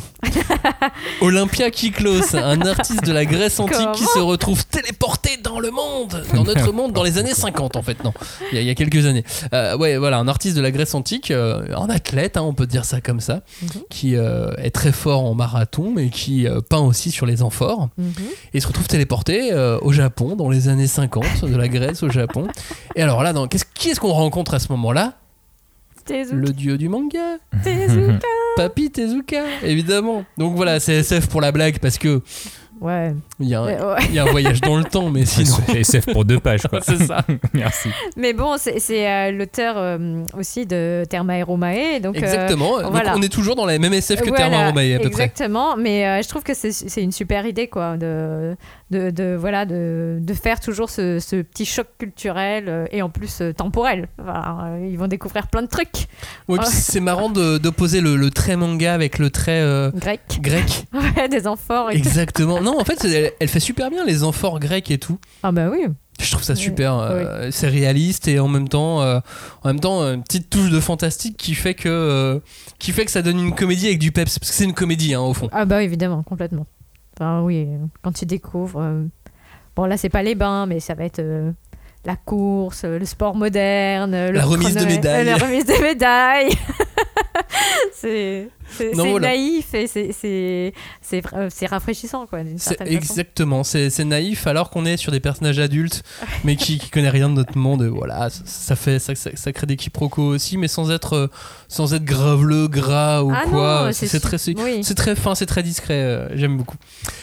S1: Olympia Kyklos, un artiste de la Grèce antique Comment qui se retrouve téléporté dans le monde, dans notre monde, dans les années cinquante en fait, non, il y a, il y a quelques années. Euh, ouais, voilà, un artiste de la Grèce antique, euh, un athlète, hein, on peut dire ça comme ça, mm-hmm. qui euh, est très fort en marathon, mais qui euh, peint aussi sur les amphores, mm-hmm. et se retrouve téléporté euh, au Japon, dans les années cinquante, de la Grèce au Japon. Et alors là, dans, qu'est-ce, qui est-ce qu'on rencontre à ce moment-là ?
S3: Tezuka.
S1: Le dieu du manga.
S3: Tezuka.
S1: Papy Tezuka, évidemment. Donc voilà, c'est S F pour la blague parce que
S3: ouais.
S1: il y a un,
S3: ouais.
S1: il y a un voyage dans le temps, mais sinon
S2: c'est S F pour deux pages quoi.
S1: C'est ça.
S2: Merci.
S3: Mais bon, c'est, c'est euh, l'auteur euh, aussi de Therma Eromae, donc
S1: exactement.
S3: Euh,
S1: donc
S3: voilà.
S1: on est toujours dans la même S F que
S3: voilà,
S1: Therma Eromae à peu
S3: exactement,
S1: près.
S3: Exactement, mais euh, je trouve que c'est, c'est une super idée quoi, de de, de voilà de, de faire toujours ce, ce petit choc culturel euh, et en plus euh, temporel. Voilà, euh, ils vont découvrir plein de trucs.
S1: Ouais, puis c'est marrant de, d'opposer le, le trait manga avec le trait euh,
S3: grec.
S1: Grec.
S3: Ouais, des amphores. Et
S1: exactement. Non, en fait, elle, elle fait super bien les amphores grecs et tout.
S3: Ah bah oui.
S1: Je trouve ça super,
S3: oui.
S1: euh, oui. C'est réaliste et en même temps, euh, en même temps, une petite touche de fantastique qui fait que, euh, qui fait que ça donne une comédie avec du peps, parce que c'est une comédie hein, au fond.
S3: Ah bah évidemment, complètement. Enfin oui, quand tu découvres, euh... bon là c'est pas les bains, mais ça va être euh, la course, le sport moderne, le
S1: la remise
S3: chrono...
S1: de médailles,
S3: euh, la remise des médailles. c'est c'est,
S1: Non,
S3: c'est
S1: voilà.
S3: naïf et c'est, c'est, c'est, c'est rafraîchissant, quoi, d'une
S1: C'est
S3: certaine façon.
S1: exactement, c'est, c'est naïf alors qu'on est sur des personnages adultes mais qui, qui connaissent rien de notre monde. Et voilà, ça, ça fait ça, ça, ça crée des quiproquos aussi, mais sans être euh, sans être graveleux, gras ou
S3: Ah
S1: quoi.
S3: non,
S1: c'est,
S3: c'est-
S1: c'est très c'est,
S3: oui.
S1: c'est très fin, c'est très discret. euh, j'aime beaucoup.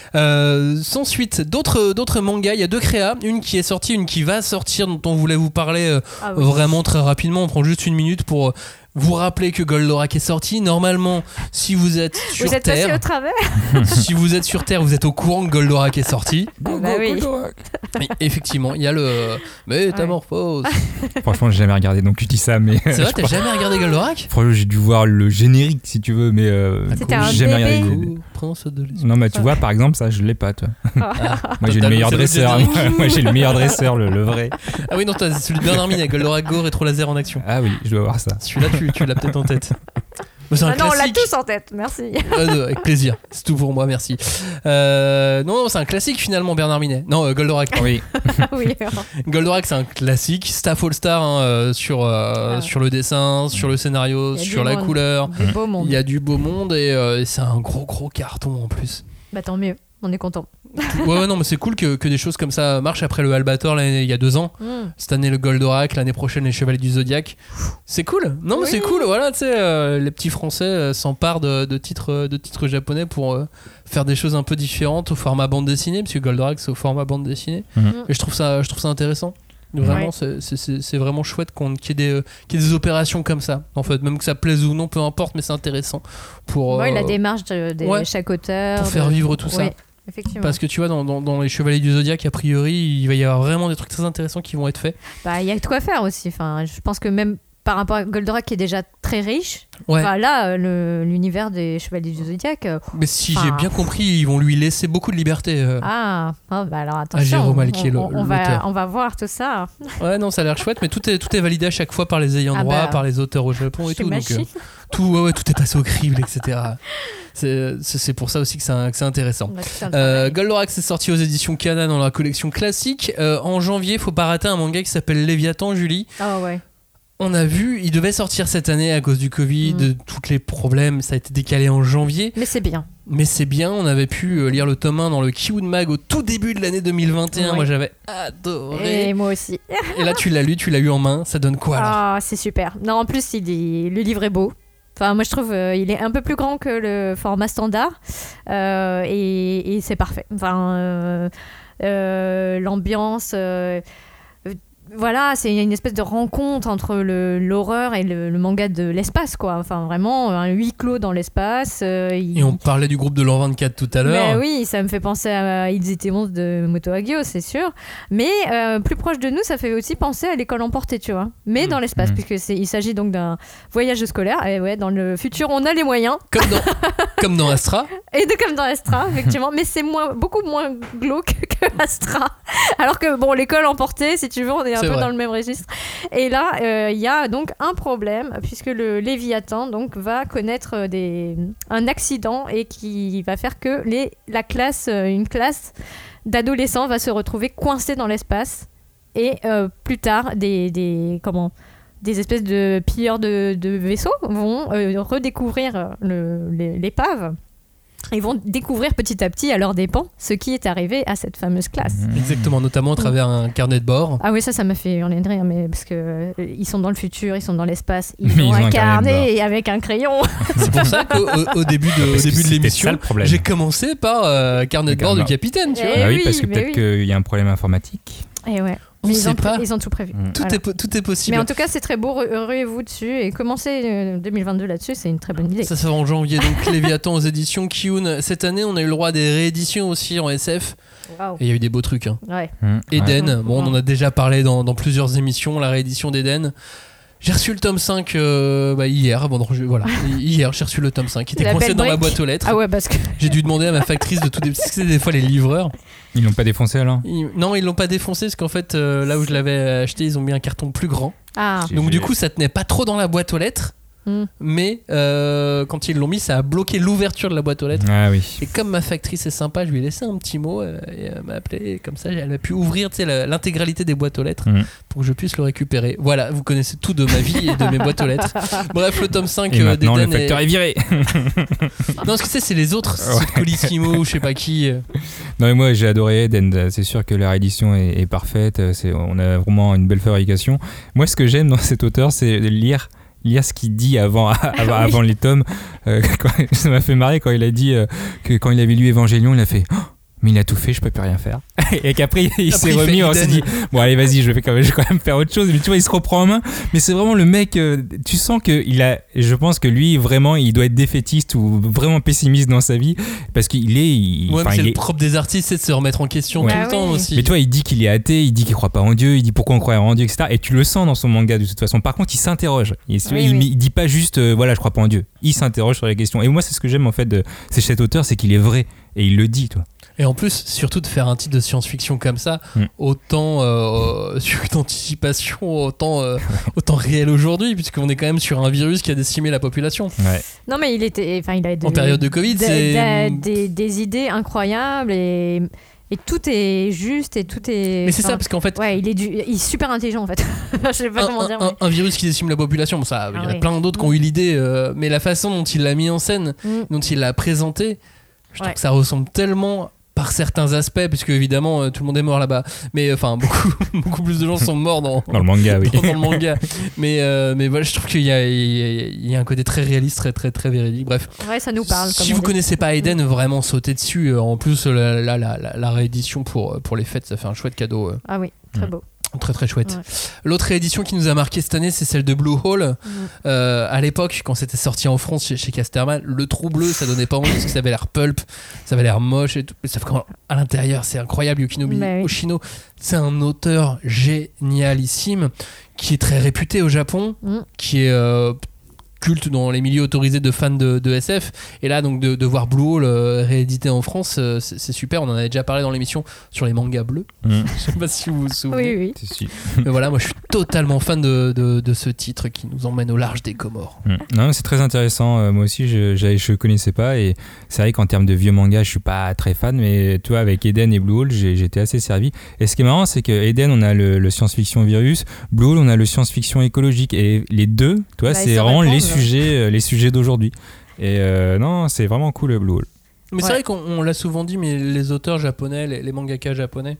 S1: Euh, sans suite, d'autres d'autres mangas. Il y a deux créas, une qui est sortie, une qui va sortir, dont on voulait vous parler euh,
S3: Ah oui.
S1: vraiment très rapidement. On prend juste une minute pour euh, vous rappeler que Goldorak est sorti. Normalement, si vous êtes sur
S3: Vous êtes passé
S1: Terre,
S3: au travers.
S1: si vous êtes sur Terre, vous êtes au courant que Goldorak est sorti.
S3: Ah bah oui.
S1: Mais effectivement, il y a le Métamorphose.
S2: Franchement, j'ai jamais regardé, donc je dis ça, mais.
S1: C'est vrai,
S2: je
S1: t'as
S2: crois-
S1: jamais regardé Goldorak?
S2: Franchement, j'ai dû voir le générique si tu veux, mais. Euh,
S3: C'était un
S2: j'ai jamais
S3: bébé.
S2: regardé.
S1: Coucou, prince de l'espace.
S2: Non, mais tu vois, par exemple, ça, je l'ai pas, toi. Moi, j'ai le
S1: Total,
S2: meilleur
S1: c'est le
S2: dresseur.
S1: générique.
S2: Moi, moi, j'ai le meilleur dresseur, le, le vrai.
S1: Ah oui, non, t'as celui de Bernard Minet, Goldorak Go, rétro laser en action.
S2: Ah oui, je dois voir ça.
S1: Celui-là, tu, tu l'as peut-être en tête. Mais c'est un
S3: Ah non, on l'a
S1: classique.
S3: tous en tête, merci.
S1: Ah, non, avec plaisir, c'est tout pour moi, merci. Euh, non, non, c'est un classique finalement, Bernard Minet. Non, euh, Goldorak.
S2: Oui.
S3: oui.
S1: Goldorak, c'est un classique. Staff All Star hein, euh, sur, euh,
S3: Ah.
S1: sur le dessin, sur le scénario,
S3: Il y a
S1: sur
S3: du
S1: la
S3: monde.
S1: couleur.
S3: Des beaux mondes.
S1: Il y a du beau monde et euh, c'est un gros gros carton en plus.
S3: Bah tant mieux, on est content.
S1: Ouais, ouais, non, mais c'est cool que, que des choses comme ça marchent après le Albator l'année- il y a deux ans.
S3: Mm.
S1: Cette année, le Goldorak, l'année prochaine, les Chevaliers du Zodiac. C'est cool. Non, mais
S3: Oui.
S1: c'est cool. Voilà, tu sais, euh, les petits Français euh, s'emparent de, de, titres, de titres japonais pour euh, faire des choses un peu différentes au format bande dessinée, parce que Goldorak, c'est au format bande dessinée.
S2: Mhm.
S1: Et je trouve ça, je trouve ça intéressant. Vraiment,
S3: Ouais.
S1: c'est, c'est, c'est, c'est vraiment chouette qu'on, qu'il, y ait des, euh, qu'il y ait des opérations comme ça. En fait, même que ça plaise ou non, peu importe, mais c'est intéressant pour,
S3: Ouais,
S1: euh,
S3: la démarche de, de
S1: ouais.
S3: chaque auteur.
S1: pour faire
S3: de-
S1: vivre tout ça.
S3: Oui, effectivement.
S1: Parce que tu vois, dans, dans, dans les Chevaliers du Zodiac, a priori, il va y avoir vraiment des trucs très intéressants qui vont être faits.
S3: Bah, il y a de quoi faire aussi. Enfin, je pense que même par rapport à Goldorak qui est déjà très riche,
S1: Ouais.
S3: enfin, là, euh, le- l'univers des Chevaliers du Zodiac. euh,
S1: Mais si
S3: Enfin,
S1: j'ai bien compris, ils vont lui laisser beaucoup de liberté. euh.
S3: Ah, ah, bah alors attention.
S1: Jérôme
S3: on,
S1: Alquier, le-
S3: on- on va,
S1: l'auteur.
S3: on va voir tout ça.
S1: Ouais, non, ça a l'air chouette, mais tout est, tout est validé à chaque fois par les ayants
S3: Ah
S1: droit,
S3: bah,
S1: par les auteurs au Japon et
S3: Chez
S1: tout. Donc,
S3: Machi.
S1: euh, tout, ouais, ouais, tout est passé au crible, et cetera. C'est, c'est, c'est pour ça aussi que c'est, un- que c'est intéressant.
S3: On a tout un
S1: Euh,
S3: travail.
S1: Goldorak, c'est sorti aux éditions Kana dans la collection classique. Euh, en janvier, faut pas rater un manga qui s'appelle Léviathan, Julie.
S3: Ah ouais.
S1: On a vu, il devait sortir cette année à cause du Covid,
S3: Mm.
S1: de tous les problèmes, ça a été décalé en janvier.
S3: Mais c'est bien.
S1: Mais c'est bien, on avait pu euh, lire le tome un dans le Kiwood Mag au tout début de l'année deux mille vingt et un.
S3: Ouais.
S1: Moi j'avais adoré.
S3: Et moi aussi.
S1: Et là tu l'as lu, tu l'as eu en main, ça donne quoi alors?
S3: Ah, c'est super. Non, en plus, il est- le livre est beau. Enfin, moi, je trouve euh, il est un peu plus grand que le format standard. Euh, et, et c'est parfait. Enfin, euh, euh, l'ambiance. euh, euh, voilà, c'est une espèce de rencontre entre le- l'horreur et le, le manga de l'espace, quoi. Enfin, vraiment, un huis clos dans l'espace. euh, il-
S1: Et on parlait du groupe de l'an vingt-quatre tout à l'heure.
S3: Mais oui, ça me fait penser à Ils étaient monstres de Moto Hagio, c'est sûr. Mais euh, plus proche de nous, ça fait aussi penser à l'école emportée, tu vois. Mais
S1: Mm.
S3: dans l'espace,
S2: Mm.
S3: puisque c'est, il s'agit donc d'un voyage scolaire. Et ouais, dans le futur, on a les moyens.
S1: Comme dans, comme dans Astra.
S3: Et de, comme dans Astra, effectivement. Mais c'est moins, beaucoup moins glauque que Astra. Alors que, bon, l'école emportée, si tu veux, on est un
S1: C'est
S3: peu
S1: vrai.
S3: dans le même registre. Et là, euh, il y a donc un problème, puisque le Léviathan donc, va connaître des, un accident et qui va faire que les, la classe, euh, une classe d'adolescents va se retrouver coincée dans l'espace. Et euh, plus tard, des, des, comment, des espèces de pilleurs de, de vaisseaux vont euh, redécouvrir le, les- l'épave. Ils vont découvrir petit à petit, à leurs dépens, ce qui est arrivé à cette fameuse classe.
S1: Exactement, notamment à travers un carnet de bord.
S3: Ah oui, ça, ça m'a fait hurler de rire, mais parce que euh, ils sont dans le futur, ils sont dans l'espace, ils
S2: Mais
S3: ont
S2: ils ont
S3: un
S2: un carnet de
S3: carnet avec un crayon.
S1: C'est pour ça qu'au au, au début de, au
S2: Parce que
S1: début de
S2: c'était
S1: l'émission,
S2: ça, le problème.
S1: j'ai commencé par euh, carnet
S2: Le
S1: de bord du
S2: carnet.
S1: capitaine, tu
S3: Eh
S1: vois.
S2: Bah oui,
S3: oui,
S2: parce que
S3: mais
S2: peut-être
S3: oui.
S2: qu'il y a un problème informatique.
S3: Et ouais.
S1: On
S3: Mais ils
S1: sait
S3: ont,
S1: pas.
S3: ils ont tout prévu.
S2: Mm.
S1: Tout,
S3: Voilà.
S1: est, po- tout est possible.
S3: Mais en tout cas, c'est très beau, re- ruez-vous dessus et commencer euh, deux mille vingt-deux là-dessus, c'est une très bonne idée.
S1: Ça se fait en janvier, donc Léviathan aux éditions Kiun. Cette année, on a eu le droit à des rééditions aussi en S F.
S3: Waouh.
S1: Et il y a eu des beaux trucs. Hein.
S3: Ouais.
S2: Mmh.
S1: Eden,
S3: Ouais.
S1: bon, on en a déjà parlé dans, dans plusieurs émissions, la réédition d'Eden. J'ai reçu le tome cinq euh, bah, hier. Bon, non, je- voilà. Hier, j'ai reçu le tome cinq qui était
S3: La
S1: coincé
S3: belle
S1: dans ma
S3: brique.
S1: boîte aux lettres.
S3: Ah ouais, parce que.
S1: J'ai dû demander à ma factrice de tout dé... Parce que c'est des fois les livreurs.
S2: Ils l'ont pas défoncé alors
S1: Ils- Non, ils l'ont pas défoncé parce qu'en fait, euh, là où je l'avais acheté, ils ont mis un carton plus grand.
S3: Ah.
S2: J'ai
S1: Donc
S2: vu.
S1: du coup, ça tenait pas trop dans la boîte aux lettres.
S3: Mm.
S1: mais euh, quand ils l'ont mis, ça a bloqué l'ouverture de la boîte aux lettres.
S2: Ah oui.
S1: Et comme ma factrice est sympa, je lui ai laissé un petit mot euh, et elle m'a appelé. Et comme ça, elle a pu ouvrir tu sais, la- l'intégralité des boîtes aux lettres
S2: Mm.
S1: pour que je puisse le récupérer. Voilà, vous connaissez tout de ma vie et de mes boîtes aux lettres. Bref, le tome cinq
S2: Et
S1: euh,
S2: maintenant, le
S1: d'Eden
S2: facteur est
S1: est...
S2: viré.
S1: Non, ce que c'est, c'est les autres. C'est
S2: Ouais.
S1: Colissimo ou je sais pas qui. euh.
S2: Non, mais moi, j'ai adoré Eden. C'est sûr que la réédition est, est parfaite. C'est, on a vraiment une belle fabrication. Moi, ce que j'aime dans cet auteur, c'est lire. lire ce qu'il dit avant, avant, avant les tomes. Euh, quand- ça m'a fait marrer quand il a dit euh, que quand il avait lu Évangélion, il a fait oh, mais il a tout fait, je peux plus rien faire. Et qu'après, il
S1: Après,
S2: s'est
S1: il
S2: remis,
S1: fait
S2: on s'est
S1: Eden.
S2: dit bon, allez, vas-y, je vais quand même, je vais quand même faire autre chose. Mais tu vois, il se reprend en main. Mais c'est vraiment le mec, euh, tu sens qu'il a, je pense que lui, vraiment, il doit être défaitiste ou vraiment pessimiste dans sa vie parce qu'il est. Il,
S1: Ouais, mais
S2: enfin,
S1: c'est
S2: il
S1: le
S2: est-
S1: propre des artistes, c'est de se remettre en question
S2: Ouais.
S1: tout
S3: Ah
S1: le temps
S3: oui.
S1: aussi.
S2: Mais tu vois, il dit qu'il est athée, il dit qu'il croit pas en Dieu, il dit pourquoi on croirait en Dieu, et cetera. Et tu le sens dans son manga de toute façon. Par contre, il s'interroge. Il,
S3: Oui,
S2: il,
S3: oui.
S2: il dit pas juste euh, voilà, je crois pas en Dieu. Il s'interroge sur les questions. Et moi, c'est ce que j'aime en fait de c'est cet auteur, c'est qu'il est vrai et il le dit, toi.
S1: Et en plus, surtout de faire un titre de science-fiction comme ça,
S2: Mm.
S1: autant euh, sur une anticipation, autant, euh, autant réel aujourd'hui, puisqu'on est quand même sur un virus qui a décimé la population.
S2: Ouais.
S3: Non, mais il était. Enfin, il a des,
S1: En période de Covid,
S3: des,
S1: c'est.
S3: des, des, des idées incroyables et. Et tout est juste et tout est.
S1: Mais c'est
S3: enfin,
S1: ça, parce qu'en fait,
S3: Ouais, il est, du, il est super intelligent en fait. Je sais pas
S1: un,
S3: comment dire.
S1: un-
S3: mais-
S1: un virus qui décime la population, bon, ça, il y
S3: Ah
S1: en a
S3: oui.
S1: plein d'autres qui ont eu l'idée, euh, mais la façon dont il l'a mis en scène,
S3: Mm.
S1: dont il l'a présenté, je trouve
S3: Ouais.
S1: que ça ressemble tellement par certains aspects, puisque évidemment euh, tout le monde est mort là-bas, mais enfin beaucoup, beaucoup plus de gens sont morts dans,
S2: Dans le manga, oui.
S1: dans, dans le manga. Mais, euh, mais voilà, je trouve qu'il y a, il y a- il y a un côté très réaliste, très très très véridique. Bref,
S3: Ouais, ça nous parle.
S1: si
S3: comme
S1: vous
S3: on dit.
S1: connaissez pas Eden, vraiment sautez dessus. Euh, En plus, la, la, la, la- la réédition pour, pour les fêtes, ça fait un chouette cadeau. euh,
S3: Ah oui, très
S2: Mm.
S3: beau.
S1: Très très chouette.
S3: Ouais.
S1: L'autre réédition qui nous a marqué cette année, c'est celle de Blue Hole.
S3: Mm.
S1: Euh, à l'époque, quand c'était sorti en France chez, chez Casterman, le trou bleu, ça donnait pas envie parce que ça avait l'air pulp, ça avait l'air moche et tout. Sauf qu'à l'intérieur, c'est incroyable. Yukinobu
S3: Bah oui.
S1: Oshino, c'est un auteur génialissime qui est très réputé au Japon,
S3: Mm.
S1: qui est euh, culte dans les milieux autorisés de fans de, de S F. Et là, donc, de, de voir Blue Hole euh, réédité en France, euh, c'est, c'est super. On en avait déjà parlé dans l'émission sur les mangas bleus.
S2: Mm.
S1: Je sais pas si vous vous souvenez.
S3: Oui, oui.
S2: C'est sûr.
S1: Mais voilà, moi je suis totalement fan de, de, de ce titre qui nous emmène au large des Comores.
S2: Mm. Non, c'est très intéressant. Euh, moi aussi, je, j'avais- je connaissais pas. Et c'est vrai qu'en termes de vieux mangas, je suis pas très fan. Mais toi, avec Eden et Blue Hole, j'ai, j'étais assez servi. Et ce qui est marrant, c'est que Eden, on a le, le science-fiction virus. Blue Hole, on a le science-fiction écologique. Et les deux, toi,
S3: Bah, ils
S2: c'est
S3: se
S2: vraiment
S3: répondent,
S2: les
S3: ouais.
S2: sujets, euh, les sujets d'aujourd'hui. Et euh, non, c'est vraiment cool, le Blue Hole.
S1: Mais c'est
S3: Ouais.
S1: vrai qu'on on l'a souvent dit, mais les auteurs japonais, les, les mangaka japonais,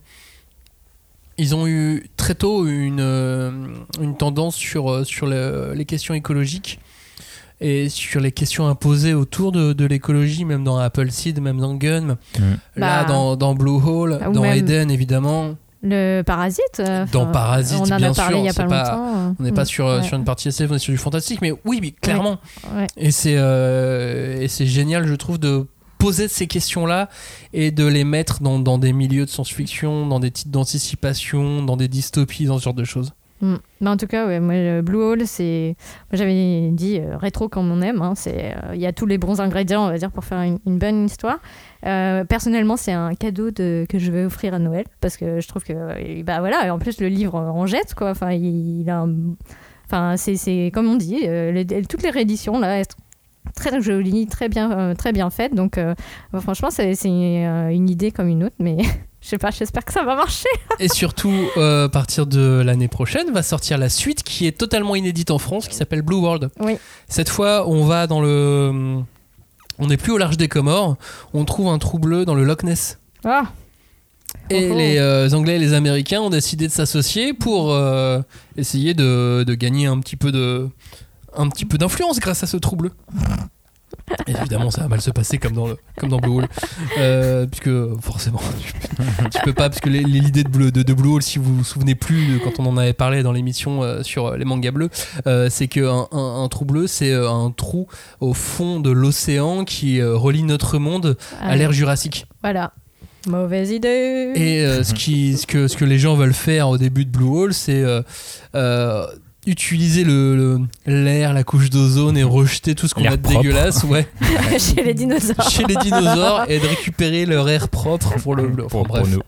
S1: ils ont eu très tôt une, euh, une tendance sur, euh, sur le- les questions écologiques et sur les questions imposées autour de, de l'écologie, même dans Apple Seed, même dans Gun.
S2: Mm.
S1: Là,
S3: Bah.
S1: dans, dans Blue Hole,
S3: Ah, ou
S1: dans
S3: même-
S1: Eden, évidemment.
S3: Le Parasite. euh,
S1: Dans
S3: enfin,
S1: Parasite,
S3: on en
S1: bien
S3: a parlé
S1: sûr,
S3: il y a
S1: c'est
S3: pas
S1: pas-
S3: longtemps.
S1: On n'est pas
S3: Mm.
S1: sur, euh,
S3: Ouais.
S1: sur une partie S F, on est sur du fantastique, mais oui, oui clairement.
S3: Ouais.
S1: Et c'est euh, et c'est génial, je trouve, de poser ces questions-là et de les mettre dans, dans des milieux de science-fiction, dans des titres d'anticipation, dans des dystopies, dans ce genre de choses.
S3: Mm. Mais en tout cas, ouais, moi, le Blue Hole, c'est. Moi, j'avais dit euh, rétro comme on aime. hein, c'est, euh, il y a tous les bons ingrédients, on va dire, pour faire une, une bonne histoire. Euh, personnellement, c'est un cadeau de, que je vais offrir à Noël parce que je trouve que, euh, bah voilà, et en plus le livre en jette quoi. Enfin, il, il a, un- enfin, c'est, c'est comme on dit, euh, les- toutes les rééditions là. elles sont Très jolie, très bien, euh, très bien faite. Donc, euh, bah, franchement, c'est, c'est euh, une idée comme une autre, mais je sais pas. J'espère que ça va marcher.
S1: Et surtout, euh, à partir de l'année prochaine, va sortir la suite qui est totalement inédite en France, qui s'appelle Blue World.
S3: Oui.
S1: Cette fois, on va dans le... On n'est plus au large des Comores, on trouve un trou bleu dans le Loch Ness.
S3: Ah.
S1: Et
S3: Oh, oh.
S1: les euh, Anglais et les Américains ont décidé de s'associer pour euh, essayer de, de gagner un petit peu de, un petit peu d'influence grâce à ce trou bleu. Et évidemment, ça va mal se passer comme dans, le, comme dans Blue Hole. Euh, puisque forcément, tu peux, tu peux pas, parce que les- les- l'idée de Blue, de, de Blue Hole, si vous vous souvenez plus de quand on en avait parlé dans l'émission euh, sur les mangas bleus, euh, c'est qu'un un, un trou bleu, c'est euh, un trou au fond de l'océan qui euh, relie notre monde à
S3: Ah,
S1: l'ère jurassique.
S3: Voilà. Mauvaise idée.
S1: Et euh, ce, qui, ce, que, ce que les gens veulent faire au début de Blue Hole, c'est euh, euh, utiliser le, le- l'air, la couche d'ozone et rejeter tout ce qu'on
S2: L'air
S1: a de
S2: propre.
S1: dégueulasse ouais,
S3: Chez les dinosaures.
S1: chez les dinosaures et de récupérer leur air propre pour le. le- enfin,
S2: Pour, pour
S1: bref.
S2: nous.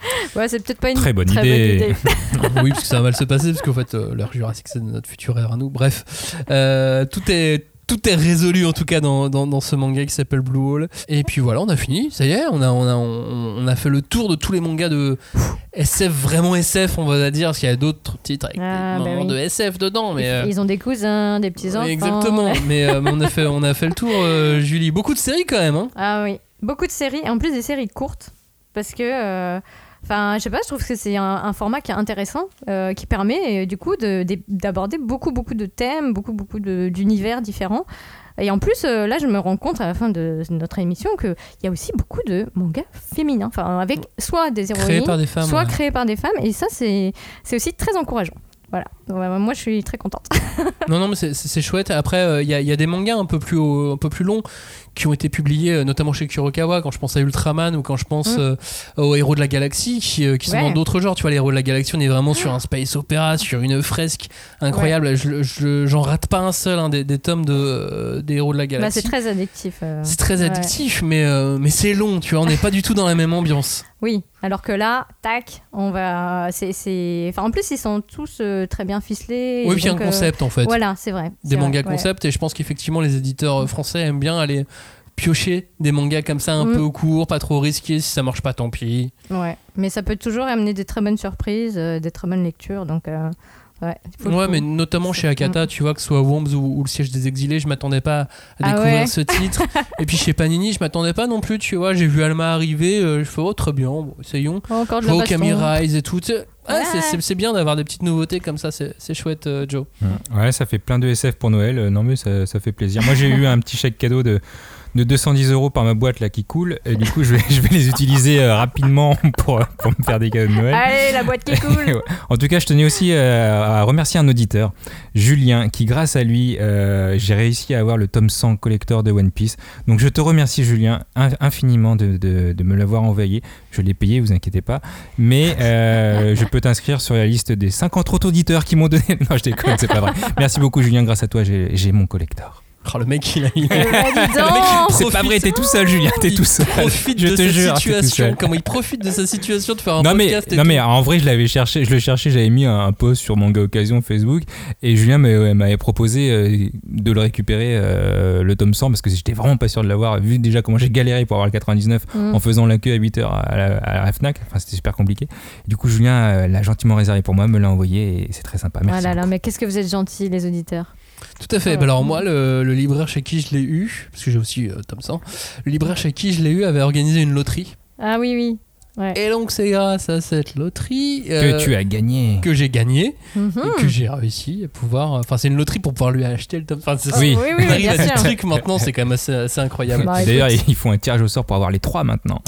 S3: Ouais, c'est peut-être pas une
S2: très bonne
S3: très
S2: idée.
S3: Bonne idée.
S1: Oui, parce que ça va mal se passer, parce qu'en fait, euh, l'ère Jurassique, c'est notre future ère à nous. Bref, euh, tout est... Tout est résolu en tout cas dans, dans, dans ce manga qui s'appelle Blue Hole. Et puis voilà, on a fini, ça y est, on a, on a, on, on a fait le tour de tous les mangas de S F, vraiment S F on va dire, parce qu'il y a d'autres titres avec
S3: ah,
S1: des
S3: bah
S1: moments
S3: oui.
S1: de S F dedans. Mais, euh,
S3: ils ont des cousins, des petits-enfants.
S1: Exactement, mais, euh, mais on, a fait, on a fait le tour, euh, Julie. Beaucoup de séries quand même. Hein.
S3: Ah oui, beaucoup de séries, et en plus des séries courtes, parce que... Euh... Enfin, je sais pas, je trouve que c'est un, un format qui est intéressant, euh, qui permet euh, du coup de, de, d'aborder beaucoup, beaucoup de thèmes, beaucoup, beaucoup de, d'univers différents. Et en plus, euh, là, je me rends compte à la fin de notre émission qu'il y a aussi beaucoup de mangas féminins, enfin, avec soit des héroïnes,
S1: créés par des femmes,
S3: soit
S1: ouais.
S3: créés par des femmes. Et ça, c'est, c'est aussi très encourageant. Voilà, donc, euh, moi je suis très contente.
S1: Non, non, mais c'est, c'est chouette. Après, il euh, y, y a des mangas un peu plus, un peu plus longs qui ont été publiés, euh, notamment chez Kurokawa, quand je pense à Ultraman ou quand je pense mmh. euh, aux Héros de la Galaxie, qui, euh, qui sont ouais. dans d'autres genres. Tu vois, les Héros de la Galaxie, on est vraiment sur un space opéra, sur une fresque incroyable. Ouais. Je, je, j'en rate pas un seul hein, des, des tomes de, euh, des Héros de la Galaxie.
S3: Bah, c'est très addictif. Euh...
S1: C'est très addictif, ouais. mais, euh, mais c'est long, tu vois, on n'est pas du tout dans la même ambiance.
S3: Oui, alors que là, tac, on va. C'est, c'est... Enfin, en plus, ils sont tous euh, très bien ficelés.
S1: Oui, puis il y a un concept
S3: euh...
S1: en fait.
S3: Voilà, c'est vrai.
S1: Des
S3: c'est
S1: mangas
S3: vrai,
S1: concept,
S3: ouais.
S1: et je pense qu'effectivement, les éditeurs français aiment bien aller piocher des mangas comme ça, un mmh. peu courts, pas trop risqués. Si ça marche pas, tant pis.
S3: Ouais, mais ça peut toujours amener des très bonnes surprises, euh, des très bonnes lectures, donc. Euh... Ouais, faut
S1: ouais
S3: faut...
S1: mais notamment chez Akata, mmh. tu vois, que ce soit Worms ou, ou le siège des exilés, je m'attendais pas à
S3: ah
S1: découvrir
S3: ouais.
S1: ce titre. Et puis chez Panini, je m'attendais pas non plus, tu vois. J'ai vu Alma arriver, euh, je fais oh très bien, bon, essayons.
S3: Oh, encore de
S1: je vois
S3: la
S1: Okami
S3: baston.
S1: Rise et tout. Ouais,
S3: ouais.
S1: c'est, c'est, c'est bien d'avoir des petites nouveautés comme ça, c'est, c'est chouette, euh, Joe.
S2: Ouais, ça fait plein de S F pour Noël. Euh, non, mais ça, ça fait plaisir. Moi, j'ai eu un petit chèque cadeau de. de deux cent dix euros par ma boîte là qui coule, et du coup je vais, je vais les utiliser euh, rapidement pour, pour me faire des cadeaux de Noël.
S3: Allez, la boîte qui coule.
S2: En tout cas, je tenais aussi euh, à remercier un auditeur, Julien, qui grâce à lui euh, j'ai réussi à avoir le tome cent collector de One Piece. Donc je te remercie Julien infiniment de, de, de me l'avoir envoyé. Je l'ai payé, vous inquiétez pas, mais euh, je peux t'inscrire sur la liste des cinquante autres auditeurs qui m'ont donné. Non, je déconne, c'est pas vrai. Merci beaucoup Julien, grâce à toi j'ai, j'ai mon collector.
S1: Oh, le mec, il a. Il a...
S3: Eh ben, dis donc.
S1: Le mec, il
S2: c'est pas vrai, t'es tout seul, Julien, t'es tout seul.
S1: Il profite
S2: je
S1: de
S2: te
S1: sa
S2: jure,
S1: situation. Comment il profite de sa situation de faire un
S2: non
S1: podcast.
S2: Mais,
S1: et
S2: non,
S1: tout.
S2: mais en vrai, je l'avais cherché, je le cherchais, j'avais mis un, un post sur Manga Occasion Facebook, et Julien m'avait, m'avait proposé euh, de le récupérer, euh, le tome cent, parce que j'étais vraiment pas sûr de l'avoir, vu déjà comment j'ai galéré pour avoir le quatre-vingt-dix-neuf mmh. en faisant la queue à huit heures à la, à la Fnac. Enfin, c'était super compliqué. Et du coup, Julien euh, l'a gentiment réservé pour moi, me l'a envoyé, et c'est très sympa. Merci.
S3: Ah là là, mais qu'est-ce que vous êtes gentils, les auditeurs.
S1: Tout à fait.
S3: Ouais.
S1: Bah alors moi, le, le libraire chez qui je l'ai eu, parce que j'ai aussi euh, Tom cent, le libraire chez qui je l'ai eu avait organisé une loterie.
S3: Ah oui, oui. Ouais.
S1: Et donc c'est grâce à cette loterie
S2: euh, que tu as gagné,
S1: que j'ai gagné,
S3: mm-hmm. et
S1: que j'ai réussi à pouvoir. Enfin, c'est une loterie pour pouvoir lui acheter le Tom. Enfin, c'est,
S2: oui.
S3: oui, oui,
S1: on arrive à des
S3: sûr.
S1: trucs maintenant, c'est quand même assez, assez incroyable.
S3: Bah,
S2: d'ailleurs, ils font un tirage au sort pour avoir les trois maintenant.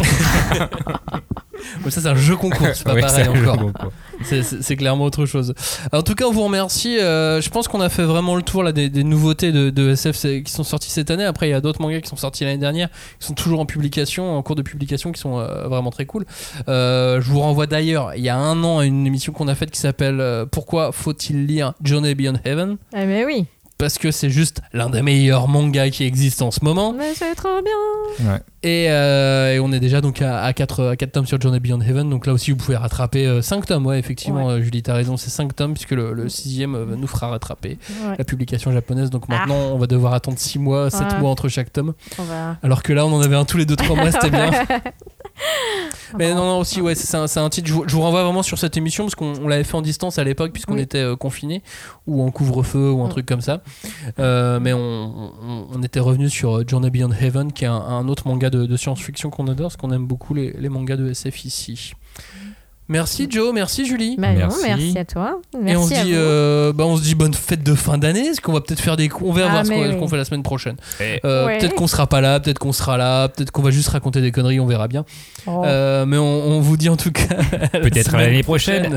S1: Bon, ça c'est un jeu concours, c'est pas
S2: oui,
S1: pareil
S2: c'est
S1: encore. C'est, c'est, c'est clairement autre chose. En tout cas, on vous remercie. Euh, je pense qu'on a fait vraiment le tour là, des, des nouveautés de, de S F qui sont sorties cette année. Après, il y a d'autres mangas qui sont sortis l'année dernière, qui sont toujours en publication, en cours de publication, qui sont euh, vraiment très cool. Euh, je vous renvoie d'ailleurs, il y a un an, à une émission qu'on a faite qui s'appelle euh, Pourquoi faut-il lire Journey Beyond Heaven ?
S3: Ah mais oui.
S1: Parce que c'est juste l'un des meilleurs mangas qui existent en ce moment.
S3: Mais c'est trop bien.
S2: Ouais.
S1: Et, euh, et on est déjà donc à, à, quatre, à quatre tomes sur Journey Beyond Heaven. Donc là aussi, vous pouvez rattraper euh, cinq tomes. Ouais, effectivement,
S3: ouais.
S1: euh, Julie, t'as raison, c'est cinq tomes, puisque le, le sixième euh, nous fera rattraper
S3: ouais.
S1: la publication japonaise. Donc maintenant, ah. on va devoir attendre six mois, sept
S3: ouais.
S1: mois entre chaque tome.
S3: On va...
S1: Alors que là, on en avait un tous les deux trois mois, c'était bien.
S3: Ah
S1: Mais
S3: bon.
S1: non, non, aussi, ouais, c'est un, c'est un titre. Je vous, je vous renvoie vraiment sur cette émission parce qu'on on l'avait fait en distance à l'époque, puisqu'on
S3: oui.
S1: était euh, confinés ou en couvre-feu ou un oui. truc comme ça. Euh, mais on, on, on était revenu sur Journey Beyond Heaven, qui est un, un autre manga de, de science-fiction qu'on adore, parce qu'on aime beaucoup les, les mangas de S F ici. Merci Joe, merci Julie.
S3: Bah
S2: merci.
S3: Non, merci à toi. Merci
S1: et on se
S3: à
S1: dit,
S3: vous.
S1: Euh, bah on se dit bonne fête de fin d'année. Est-ce qu'on va peut-être faire des, on verra
S3: ah,
S1: voir ce qu'on,
S3: oui.
S1: ce qu'on fait la semaine prochaine.
S2: Et...
S1: Euh,
S3: ouais.
S1: Peut-être qu'on sera pas là, peut-être qu'on sera là, peut-être qu'on va juste raconter des conneries, on verra bien.
S3: Oh.
S1: Euh, mais on, on vous dit en tout cas
S2: peut-être à l'année prochaine.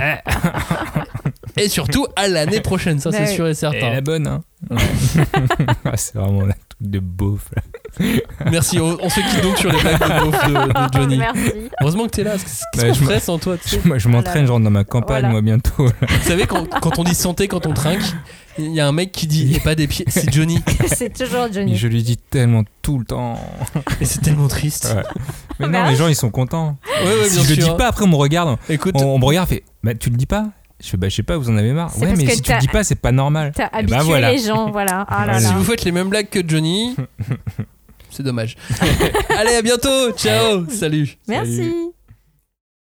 S1: Et surtout à l'année prochaine, ça
S3: bah
S1: c'est
S3: oui.
S1: sûr et certain.
S2: Et la bonne, hein. ah, c'est vraiment un truc de beauf.
S1: Merci, on, on se quitte donc sur les blagues de beauf de, de Johnny.
S3: Merci.
S1: Heureusement que t'es là, parce que qu'est-ce
S2: bah,
S1: qu'on
S2: je
S1: ferait sans toi, tu sais.
S2: Moi, je m'entraîne, genre dans ma campagne,
S3: Voilà.
S2: moi, bientôt.
S1: Vous savez, quand, quand on dit santé, quand on trinque, Il y a un mec qui dit et pas des pieds, c'est Johnny.
S3: C'est toujours Johnny.
S2: Mais je lui dis tellement tout le temps.
S1: Et c'est tellement triste.
S2: Ouais. Mais
S3: Bah
S2: non,
S3: ouais.
S2: les gens ils sont contents.
S1: Ouais, ouais,
S2: Si
S1: bien
S2: je le
S1: sûr.
S2: dis pas, après on me regarde.
S1: Écoute,
S2: On, on me regarde, fait bah tu le dis pas. Je fais bah je sais pas, vous en avez marre.
S3: C'est
S2: Ouais,
S3: parce
S2: mais
S3: que
S2: si tu
S3: t'as-
S2: le dis pas, c'est pas normal.
S3: T'as
S2: Et
S3: habitué
S2: bah voilà.
S3: les gens, voilà. Ah là
S2: Voilà.
S3: là.
S1: si vous faites les mêmes blagues que Johnny, c'est dommage. Allez, à bientôt. Ciao. Salut.
S3: Merci.